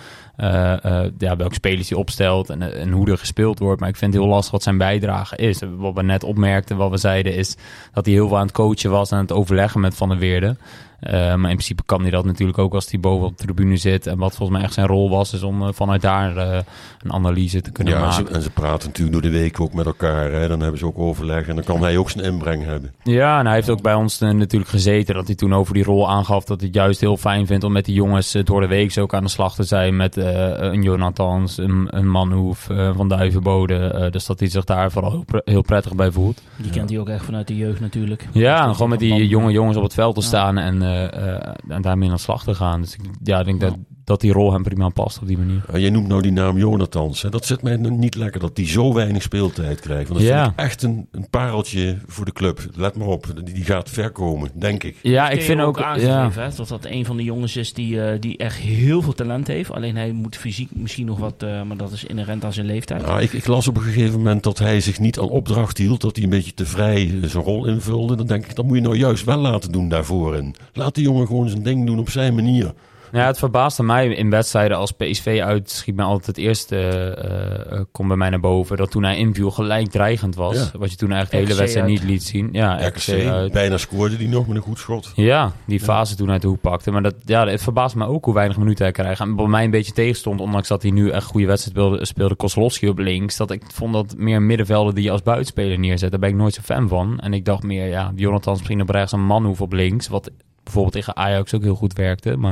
Speaker 2: Welke spelers hij opstelt en hoe er gespeeld wordt. Maar ik vind het heel lastig wat zijn bijdrage is. Wat we net opmerkten, wat we zeiden, is dat hij heel veel aan het coachen was... en aan het overleggen met Van der Weerde. Maar in principe kan hij dat natuurlijk ook als hij boven op de tribune zit. En wat volgens mij echt zijn rol was, is om vanuit daar een analyse te kunnen maken.
Speaker 4: En ze praten natuurlijk door de week ook met elkaar. Hè. Dan hebben ze ook overleg en dan kan hij ook zijn inbreng hebben.
Speaker 2: Ja, en hij heeft ook bij ons natuurlijk gezeten dat hij toen over die rol aangaf dat hij het juist heel fijn vindt om met die jongens door de week ook aan de slag te zijn met een Jonathans, een Manhoef, Van Duivenbode. Dus dat hij zich daar vooral heel prettig bij voelt.
Speaker 1: Die kent hij ook echt vanuit de jeugd natuurlijk.
Speaker 2: Ja, en gewoon met die jonge jongens op het veld te staan en daarmee aan de slag te gaan. Dus ik denk dat die rol hem prima past op die manier.
Speaker 4: Jij noemt nou die naam Jonathans. Hè. Dat zit mij niet lekker dat die zo weinig speeltijd krijgt. Want dat vind ik echt een pareltje voor de club. Let maar op, die gaat ver komen, denk ik.
Speaker 2: Ja, ik vind ook
Speaker 1: aangegeven hè, dat een van de jongens is die echt heel veel talent heeft. Alleen hij moet fysiek misschien nog wat, maar dat is inherent aan zijn leeftijd.
Speaker 4: Nou, ik las op een gegeven moment dat hij zich niet aan opdracht hield. Dat hij een beetje te vrij zijn rol invulde. Dan denk ik, dat moet je nou juist wel laten doen daarvoor. En laat die jongen gewoon zijn ding doen op zijn manier.
Speaker 2: Ja, het verbaasde mij in wedstrijden als PSV uit, schiet mij altijd het eerste, komt bij mij naar boven, dat toen hij inviel gelijk dreigend was. Ja. Wat je toen eigenlijk de hele wedstrijd niet liet zien. Ja,
Speaker 4: RKC bijna scoorde die nog met een goed schot.
Speaker 2: Ja, die fase toen uit de hoek pakte. Maar het verbaast me ook hoe weinig minuten hij krijgt. En bij mij een beetje tegenstond, ondanks dat hij nu echt goede wedstrijd speelde Kozlowski op links. Dat ik vond dat meer middenvelden die je als buitenspeler neerzet. Daar ben ik nooit zo fan van. En ik dacht meer, Jonathan misschien op rechts, een Manhoef op links. Wat bijvoorbeeld tegen Ajax ook heel goed werkte. Maar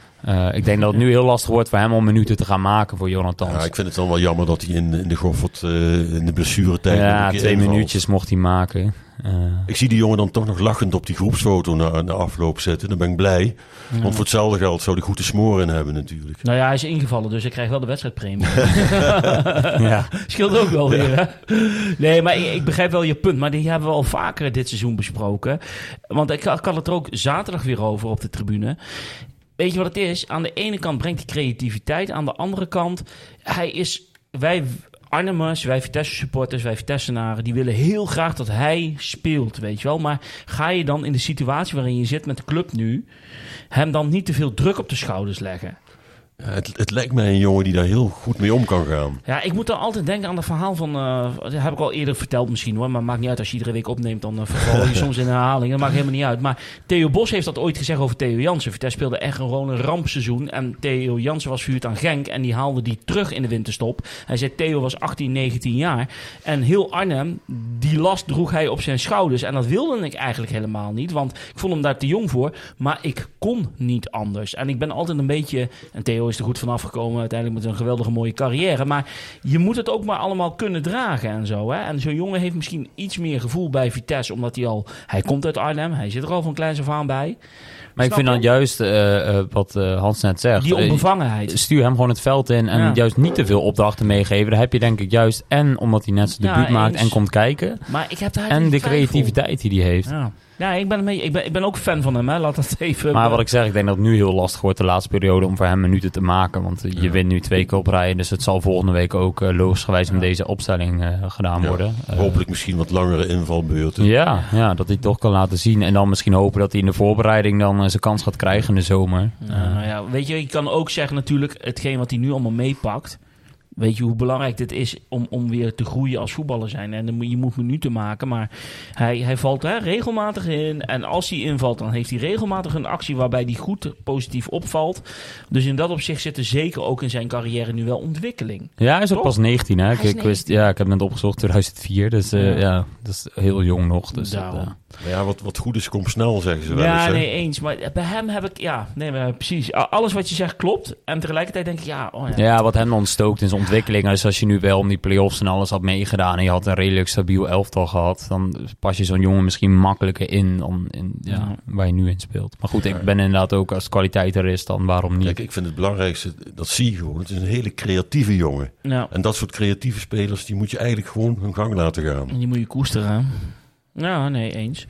Speaker 2: ik denk dat het nu heel lastig wordt voor hem om minuten te gaan maken voor Jonathan.
Speaker 4: Ja, ik vind het dan wel jammer dat hij in de Goffert in de blessuretijd...
Speaker 2: Ja, 2 minuutjes mocht hij maken.
Speaker 4: Ik zie die jongen dan toch nog lachend op die groepsfoto na afloop zitten. Dan ben ik blij. Ja. Want voor hetzelfde geld zou hij goed te smoren in hebben natuurlijk.
Speaker 1: Nou ja, hij is ingevallen, dus hij krijgt wel de wedstrijdpremie. Ja. Scheelt ook wel weer, hè? Nee, maar ik begrijp wel je punt. Maar die hebben we al vaker dit seizoen besproken. Want ik had het er ook zaterdag weer over op de tribune. Weet je wat het is? Aan de ene kant brengt hij creativiteit. Aan de andere kant, wij Arnhemmers, wij Vitesse supporters, wij Vitessenaren, die willen heel graag dat hij speelt, weet je wel. Maar ga je dan in de situatie waarin je zit met de club nu, hem dan niet te veel druk op de schouders leggen?
Speaker 4: Het lijkt mij een jongen die daar heel goed mee om kan gaan.
Speaker 1: Ja, ik moet dan altijd denken aan het verhaal van... dat heb ik al eerder verteld misschien hoor. Maar maakt niet uit als je iedere week opneemt. Dan verval je soms in herhaling. Dat maakt helemaal niet uit. Maar Theo Bos heeft dat ooit gezegd over Theo Jansen. Vitesse speelde echt gewoon een rampseizoen. En Theo Jansen was verhuurd aan Genk. En die haalde die terug in de winterstop. Hij zei Theo was 18, 19 jaar. En heel Arnhem, die last droeg hij op zijn schouders. En dat wilde ik eigenlijk helemaal niet. Want ik vond hem daar te jong voor. Maar ik kon niet anders. En ik ben altijd een beetje... En Theo is er goed vanaf gekomen. Uiteindelijk met een geweldige mooie carrière. Maar je moet het ook maar allemaal kunnen dragen en zo. Hè? En zo'n jongen heeft misschien iets meer gevoel bij Vitesse. Omdat hij komt uit Arnhem. Hij zit er al van kleins af aan bij.
Speaker 2: Maar ik vind dan juist wat Hans net zegt.
Speaker 1: Die onbevangenheid.
Speaker 2: Stuur hem gewoon het veld in en juist niet te veel opdrachten meegeven. Daar heb je denk ik juist en omdat hij net zijn debuut maakt en komt kijken.
Speaker 1: Maar ik heb daar
Speaker 2: en de creativiteit die hij heeft.
Speaker 1: Ja, ik ben ook fan van hem. Hè. Laat dat even...
Speaker 2: Maar wat ik zeg, ik denk dat het nu heel lastig wordt de laatste periode om voor hem minuten te maken. Want je wint nu 2 keer op rij. Dus het zal volgende week ook logischerwijs met deze opstelling gedaan worden.
Speaker 4: Hopelijk misschien wat langere invalbeurten.
Speaker 2: Ja, dat hij toch kan laten zien. En dan misschien hopen dat hij in de voorbereiding dan zijn kans gaat krijgen in de zomer.
Speaker 1: Weet je kan ook zeggen natuurlijk, hetgeen wat hij nu allemaal meepakt. Weet je hoe belangrijk dit is om weer te groeien als voetballer zijn. En je moet minuten maken, maar hij valt regelmatig in. En als hij invalt, dan heeft hij regelmatig een actie waarbij hij goed positief opvalt. Dus in dat opzicht zit er zeker ook in zijn carrière nu wel ontwikkeling.
Speaker 2: Ja, hij is ook pas 19. Hè? Ik heb net opgezocht 2004. Dus dat is heel jong nog. Dus
Speaker 4: wat goed is, komt snel, zeggen ze wel eens.
Speaker 1: Ja, nee, eens. Maar bij hem heb ik... precies. Alles wat je zegt klopt. En tegelijkertijd denk ik,
Speaker 2: Ja, wat hem dan stookt in zijn ontwikkeling. Dus als je nu wel om die play-offs en alles had meegedaan en je had een redelijk stabiel elftal gehad, dan pas je zo'n jongen misschien makkelijker in waar je nu in speelt. Maar goed, ik ben inderdaad ook, als kwaliteit er is, dan waarom niet?
Speaker 4: Kijk, ik vind het belangrijkste, dat zie je gewoon. Het is een hele creatieve jongen. Ja. En dat soort creatieve spelers, die moet je eigenlijk gewoon hun gang laten gaan.
Speaker 1: En die moet je koesteren. Ja, nee, eens.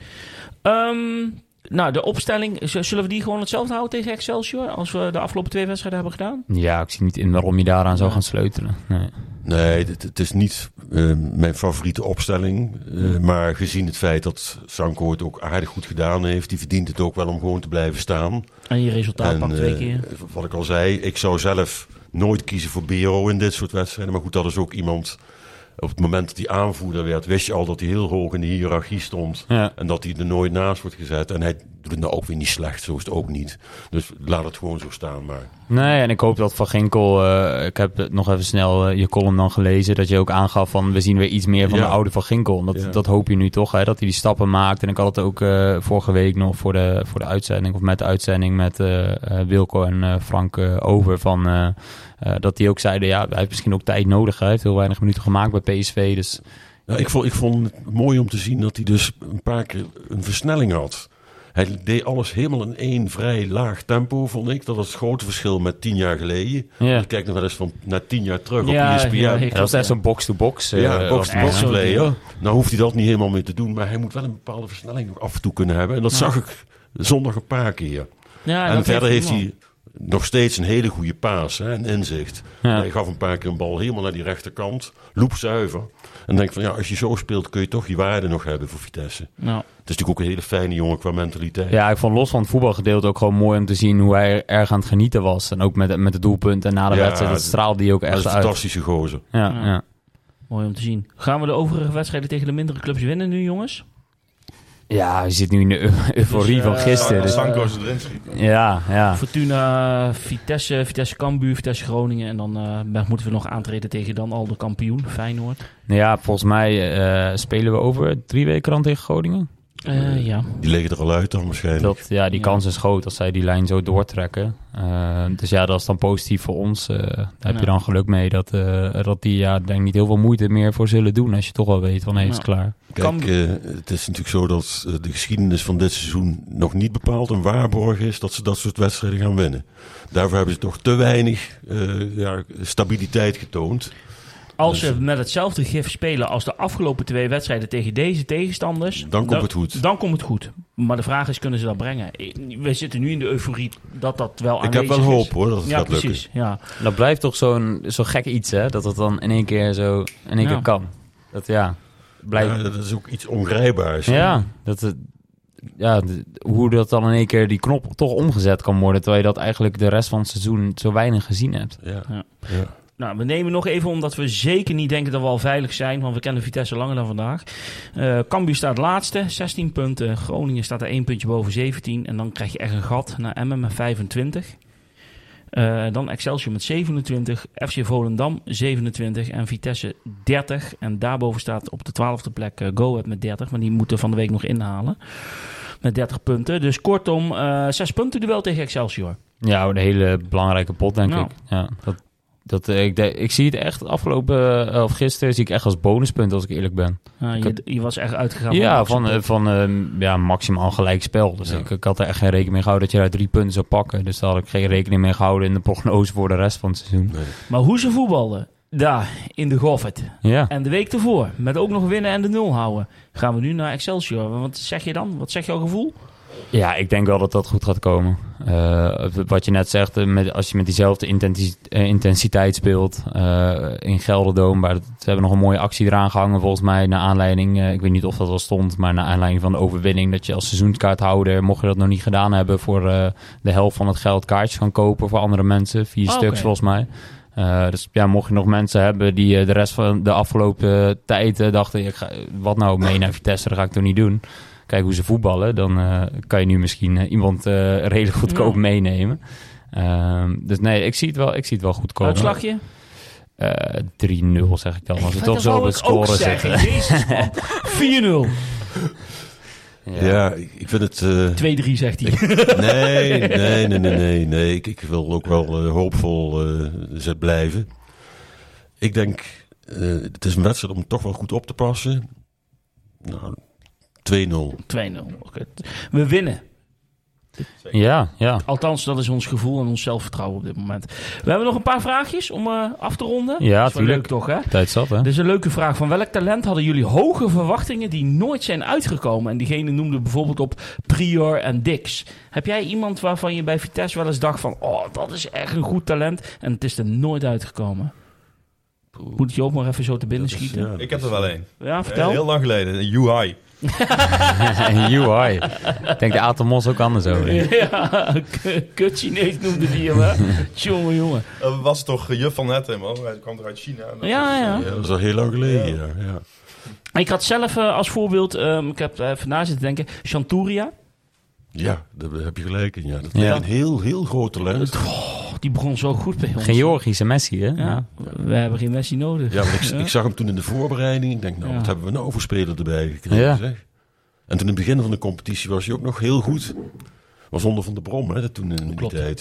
Speaker 1: De opstelling, zullen we die gewoon hetzelfde houden tegen Excelsior als we de afgelopen 2 wedstrijden hebben gedaan?
Speaker 2: Ja, ik zie niet in waarom je daaraan zou gaan sleutelen.
Speaker 4: Nee, het is niet mijn favoriete opstelling. Maar gezien het feit dat Sanko het ook aardig goed gedaan heeft, die verdient het ook wel om gewoon te blijven staan.
Speaker 1: En je resultaat pakt 2 keer.
Speaker 4: Wat ik al zei, ik zou zelf nooit kiezen voor Bero in dit soort wedstrijden. Maar goed, dat is ook iemand... Op het moment dat hij aanvoerder werd, wist je al dat hij heel hoog in de hiërarchie stond. Ja. En dat hij er nooit naast wordt gezet. En hij doet het nou ook weer niet slecht, zo is het ook niet. Dus laat het gewoon zo staan maar.
Speaker 2: Nee, en ik hoop dat Van Ginkel... ik heb nog even snel je column dan gelezen. Dat je ook aangaf van, we zien weer iets meer van de oude Van Ginkel. Dat hoop je nu toch, hè, dat hij die stappen maakt. En ik had het ook vorige week nog voor de uitzending, of met de uitzending met Wilco en Frank over van... dat die ook zeiden, hij heeft misschien ook tijd nodig. Hij heeft heel weinig minuten gemaakt bij PSV. Dus...
Speaker 4: Ja, ik vond het mooi om te zien dat hij dus een paar keer een versnelling had. Hij deed alles helemaal in 1 vrij laag tempo, vond ik. Dat was het grote verschil met 10 jaar geleden. Ja. Ik kijk nog wel eens naar 10 jaar terug op ESPN.
Speaker 2: Ja, dat was echt zo'n box-to-box.
Speaker 4: Box-to-box player. Nou hoeft hij dat niet helemaal mee te doen. Maar hij moet wel een bepaalde versnelling nog af en toe kunnen hebben. En dat zag ik zondag een paar keer. Ja, en verder heeft hij... nog steeds een hele goede paas, een inzicht. Ja. Hij gaf een paar keer een bal helemaal naar die rechterkant, loepzuiver. En denk van, als je zo speelt kun je toch je waarde nog hebben voor Vitesse. Ja. Het is natuurlijk ook een hele fijne jongen qua mentaliteit.
Speaker 2: Ja, ik vond los van het voetbalgedeelte ook gewoon mooi om te zien hoe hij erg aan het genieten was. En ook met de doelpunten en na de wedstrijd, dat straalde hij ook echt uit.
Speaker 4: Dat is een fantastische gozer.
Speaker 1: Ja. Mooi om te zien. Gaan we de overige wedstrijden tegen de mindere clubs winnen nu, jongens?
Speaker 2: Ja, je zit nu in de euforie van gisteren.
Speaker 3: Sanko is erin schieten.
Speaker 2: Ja.
Speaker 1: Fortuna, Vitesse Cambuur, Vitesse Groningen. En dan moeten we nog aantreden tegen dan al de kampioen, Feyenoord.
Speaker 2: Ja, volgens mij spelen we over 3 weken dan tegen Groningen.
Speaker 1: Ja.
Speaker 4: Die liggen er al uit dan waarschijnlijk.
Speaker 2: Die kans is groot als zij die lijn zo doortrekken. Dus dat is dan positief voor ons. Daar heb je dan geluk mee dat die denk ik niet heel veel moeite meer voor zullen doen. Als je toch wel weet van is klaar.
Speaker 4: Kijk, het is natuurlijk zo dat de geschiedenis van dit seizoen nog niet bepaald een waarborg is dat ze dat soort wedstrijden gaan winnen. Daarvoor hebben ze toch te weinig stabiliteit getoond.
Speaker 1: Als ze met hetzelfde gif spelen als de afgelopen 2 wedstrijden tegen deze tegenstanders...
Speaker 4: Dan komt het goed.
Speaker 1: Dan komt het goed. Maar de vraag is, kunnen ze dat brengen? We zitten nu in de euforie dat wel aanwezig is.
Speaker 4: Ik heb wel hoop hoor, dat het gaat lukken.
Speaker 1: Ja.
Speaker 2: Dat blijft toch zo'n gek iets, hè? Dat het dan in één keer keer kan. Dat blijft...
Speaker 4: dat is ook iets ongrijpbaars.
Speaker 2: Ja, hoe dat dan in één keer die knop toch omgezet kan worden, terwijl je dat eigenlijk de rest van het seizoen zo weinig gezien hebt.
Speaker 4: Ja.
Speaker 1: Nou, we nemen nog even omdat we zeker niet denken dat we al veilig zijn, want we kennen Vitesse langer dan vandaag. Cambuur staat laatste, 16 punten. Groningen staat er 1 puntje boven 17. En dan krijg je echt een gat naar Emmen met 25. Dan Excelsior met 27. FC Volendam 27. En Vitesse 30. En daarboven staat op de 12e plek Go Ahead met 30. Maar die moeten van de week nog inhalen. Met 30 punten. Dus kortom, 6 punten duel tegen Excelsior.
Speaker 2: Ja, een hele belangrijke pot, denk ik. Ja, ik zie het echt afgelopen, of gisteren, zie ik echt als bonuspunt, als ik eerlijk ben.
Speaker 1: Je was echt uitgegaan
Speaker 2: van maximaal gelijk spel. Dus ik had er echt geen rekening mee gehouden dat je daar 3 punten zou pakken. Dus daar had ik geen rekening mee gehouden in de prognose voor de rest van het seizoen. Nee.
Speaker 1: Maar hoe ze voetbalden, daar in de Goffert.
Speaker 2: Ja.
Speaker 1: En de week ervoor, met ook nog winnen en de 0 houden, gaan we nu naar Excelsior. Wat zeg je dan? Wat zegt jouw gevoel?
Speaker 2: Ja, ik denk wel dat dat goed gaat komen. Wat je net zegt, als je met diezelfde intensiteit speelt in Gelderdoom. Maar ze hebben nog een mooie actie eraan gehangen volgens mij. Naar aanleiding, ik weet niet of dat al stond, maar naar aanleiding van de overwinning. Dat je als seizoenskaarthouder, mocht je dat nog niet gedaan hebben, voor de helft van het geld kaartjes gaan kopen voor andere mensen. 4 stuks volgens mij. Dus ja, mocht je nog mensen hebben die de rest van de afgelopen tijd dachten, wat nou mee naar Vitesse, dat ga ik toch niet doen. Kijk hoe ze voetballen, dan kan je nu misschien iemand redelijk goedkoop meenemen. Dus nee, ik zie het wel goed komen.
Speaker 1: Uitslagje?
Speaker 2: 3-0 zeg ik dan. Als we toch zo op het scoren zitten.
Speaker 1: Jezus man, 4-0.
Speaker 4: Ja, ik vind het...
Speaker 1: 2-3 zegt hij.
Speaker 4: Nee. Ik wil ook wel hoopvol blijven. Ik denk, het is een wedstrijd om toch wel goed op te passen. Nou, 2-0.
Speaker 1: 2-0. Okay. We winnen.
Speaker 2: Ja.
Speaker 1: Althans, dat is ons gevoel en ons zelfvertrouwen op dit moment. We hebben nog een paar vraagjes om af te ronden.
Speaker 2: Ja,
Speaker 1: dat is wel
Speaker 2: tuurlijk.
Speaker 1: Leuk toch, hè?
Speaker 2: Tijd zat, hè?
Speaker 1: Dit is een leuke vraag. Van welk talent hadden jullie hoge verwachtingen die nooit zijn uitgekomen? En diegene noemde bijvoorbeeld op Prior en Dix. Heb jij iemand waarvan je bij Vitesse wel eens dacht van, oh, dat is echt een goed talent en het is er nooit uitgekomen? Moet je ook maar even zo te binnen schieten?
Speaker 3: Ja, ik heb er wel één.
Speaker 1: Ja, vertel.
Speaker 3: Heel lang geleden, een UI.
Speaker 2: UI. Ik denk de Atemos ook anders over.
Speaker 1: Ja, kut Chinees noemde die hem, hè? Jongen.
Speaker 3: Was toch Juf van Netten, man? Hij kwam er uit China.
Speaker 1: Ja.
Speaker 4: Dat is al heel lang geleden, ja.
Speaker 1: Ik had zelf als voorbeeld, ik heb even na zitten denken, Chanturia.
Speaker 4: Ja, daar heb je gelijk in. Ja. Dat is een heel groot talent.
Speaker 1: Die begon zo goed bij ons.
Speaker 2: Georgische Messi, hè?
Speaker 1: Ja. We hebben geen Messi nodig.
Speaker 4: Ja, maar ik zag hem toen in de voorbereiding. Ik denk, wat hebben we nou voor speler erbij gekregen, zeg. En toen in het begin van de competitie was hij ook nog heel goed. Was onder Van der Brom, hè, toen in die tijd.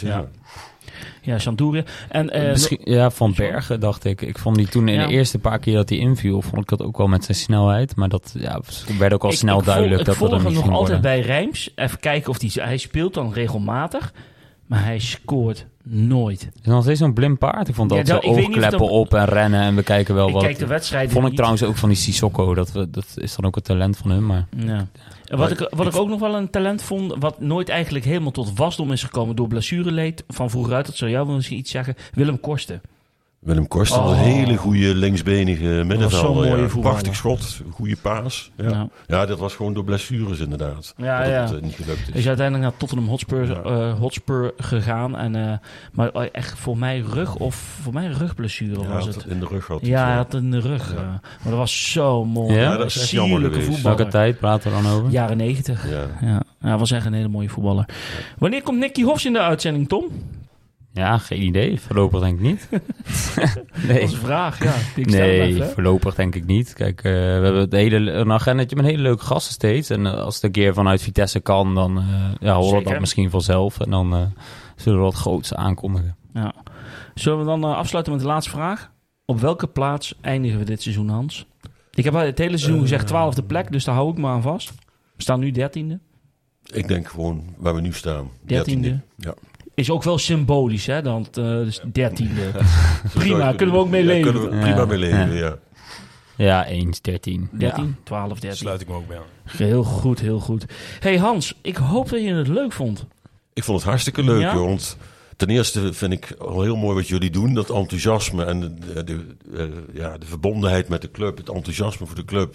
Speaker 1: Ja, Chanturia. En,
Speaker 2: Van Bergen dacht ik. Ik vond die toen in de eerste paar keer dat hij inviel, vond ik dat ook wel met zijn snelheid. Maar dat werd ook al snel duidelijk dat dat er niet ging worden. Ik volg hem nog altijd
Speaker 1: bij Rijms. Even kijken of hij speelt dan regelmatig. Maar hij scoort nooit.
Speaker 2: Het is nog steeds zo'n blind paard. Ik vond dat zo oogkleppen op en rennen en we kijken wel wat.
Speaker 1: Kijk de wedstrijden
Speaker 2: vond ik trouwens ook van die Sissoko. Dat is dan ook het talent van hem. Maar
Speaker 1: ja. Wat ik ook nog wel een talent vond, wat nooit eigenlijk helemaal tot wasdom is gekomen door blessureleed van vroeger uit, dat zou jou wel eens iets zeggen, Willem Korsten.
Speaker 4: Willem Korsten, een hele goede linksbenige middenvelder. Prachtig schot, goede paas. Ja, dat was gewoon door blessures inderdaad. Dat het niet gelukt is.
Speaker 1: Hij is uiteindelijk naar Tottenham Hotspur gegaan. En, maar echt voor mij rugblessure was het.
Speaker 4: In de rug had hij.
Speaker 1: Ja, hij had het in de rug. Maar dat was zo mooi.
Speaker 4: Ja, dat is echt jammer geweest.
Speaker 2: Welke tijd praten we dan over?
Speaker 1: Jaren 90. Ja, hij was echt een hele mooie voetballer. Wanneer komt Nicky Hofs in de uitzending, Tom?
Speaker 2: Ja, geen idee. Voorlopig denk ik niet.
Speaker 1: Nee. Dat is een vraag,
Speaker 2: voorlopig denk ik niet. Kijk, we hebben een agendetje met hele leuke gasten steeds. En als het een keer vanuit Vitesse kan, dan horen we dat misschien vanzelf. En dan zullen we wat groots aankondigen.
Speaker 1: Ja. Zullen we dan afsluiten met de laatste vraag? Op welke plaats eindigen we dit seizoen, Hans? Ik heb het hele seizoen gezegd 12e plek, dus daar hou ik me aan vast. We staan nu 13e.
Speaker 4: Ik denk gewoon waar we nu staan.
Speaker 1: 13e.
Speaker 4: Ja.
Speaker 1: Is ook wel symbolisch, hè? Dan dus 13e. Prima, kunnen we ook mee leven.
Speaker 4: Kunnen we prima mee leven, ja.
Speaker 2: Ja, eens 13.
Speaker 1: 13, 12, 13.
Speaker 3: Sluit ik me ook bij aan.
Speaker 1: Heel goed, heel goed. Hey Hans, ik hoop dat je het leuk vond.
Speaker 4: Ik vond het hartstikke leuk, joh, want ten eerste vind ik al heel mooi wat jullie doen. Dat enthousiasme en de verbondenheid met de club, het enthousiasme voor de club.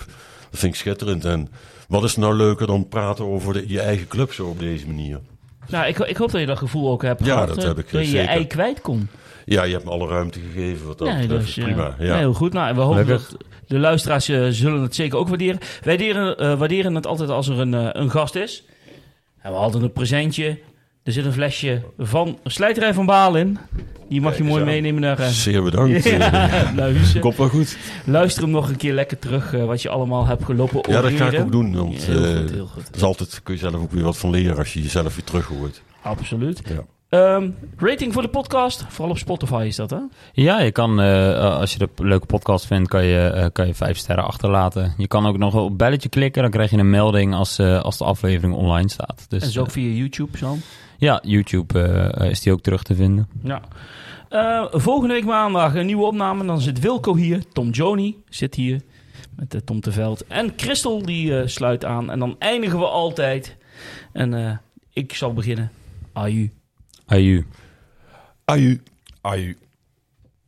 Speaker 4: Dat vind ik schitterend. En wat is nou leuker dan praten over je eigen club zo op deze manier?
Speaker 1: Nou, ik hoop dat je dat gevoel ook hebt
Speaker 4: Ja,
Speaker 1: gehad.
Speaker 4: dat heb ik
Speaker 1: dat je
Speaker 4: zeker.
Speaker 1: je ei kwijt kon.
Speaker 4: Ja, je hebt me alle ruimte gegeven. Wat dat betreft.
Speaker 1: dus,
Speaker 4: Prima. Ja.
Speaker 1: nee, heel goed. Nou, en we hopen
Speaker 2: Lekker.
Speaker 1: dat de luisteraars zullen het zeker ook waarderen. Wij waarderen het altijd als er een gast is. En we hadden een presentje. Er zit een flesje van Slijterij van Baal in. Die mag je
Speaker 4: Kijk
Speaker 1: mooi
Speaker 4: eens aan.
Speaker 1: meenemen naar...
Speaker 4: Zeer bedankt.
Speaker 1: ja, luister.
Speaker 4: Komt wel goed.
Speaker 1: Luister hem nog een keer lekker terug wat je allemaal hebt gelopen.
Speaker 4: Ja, dat ga ik
Speaker 1: oreren.
Speaker 4: ook doen. Want
Speaker 1: Ja, heel goed, heel goed.
Speaker 4: dat is altijd, kun je zelf ook weer wat van leren als je jezelf weer terug hoort.
Speaker 1: Absoluut.
Speaker 4: Ja.
Speaker 1: Rating voor de podcast. Vooral op Spotify is dat, hè?
Speaker 2: Ja, je kan, als je de leuke podcast vindt, kan je 5 sterren achterlaten. Je kan ook nog op belletje klikken, dan krijg je een melding als de aflevering online staat. Dus,
Speaker 1: En zo ook via YouTube, zo.
Speaker 2: ja, YouTube is die ook terug te vinden.
Speaker 1: Ja. Volgende week maandag een nieuwe opname. Dan zit Wilco hier. Tom Joni zit hier. Met Tom Terveld. En Christel die sluit aan. En dan eindigen we altijd. En ik zal beginnen. Aju.
Speaker 2: Aju.
Speaker 4: Aju.
Speaker 3: Aju.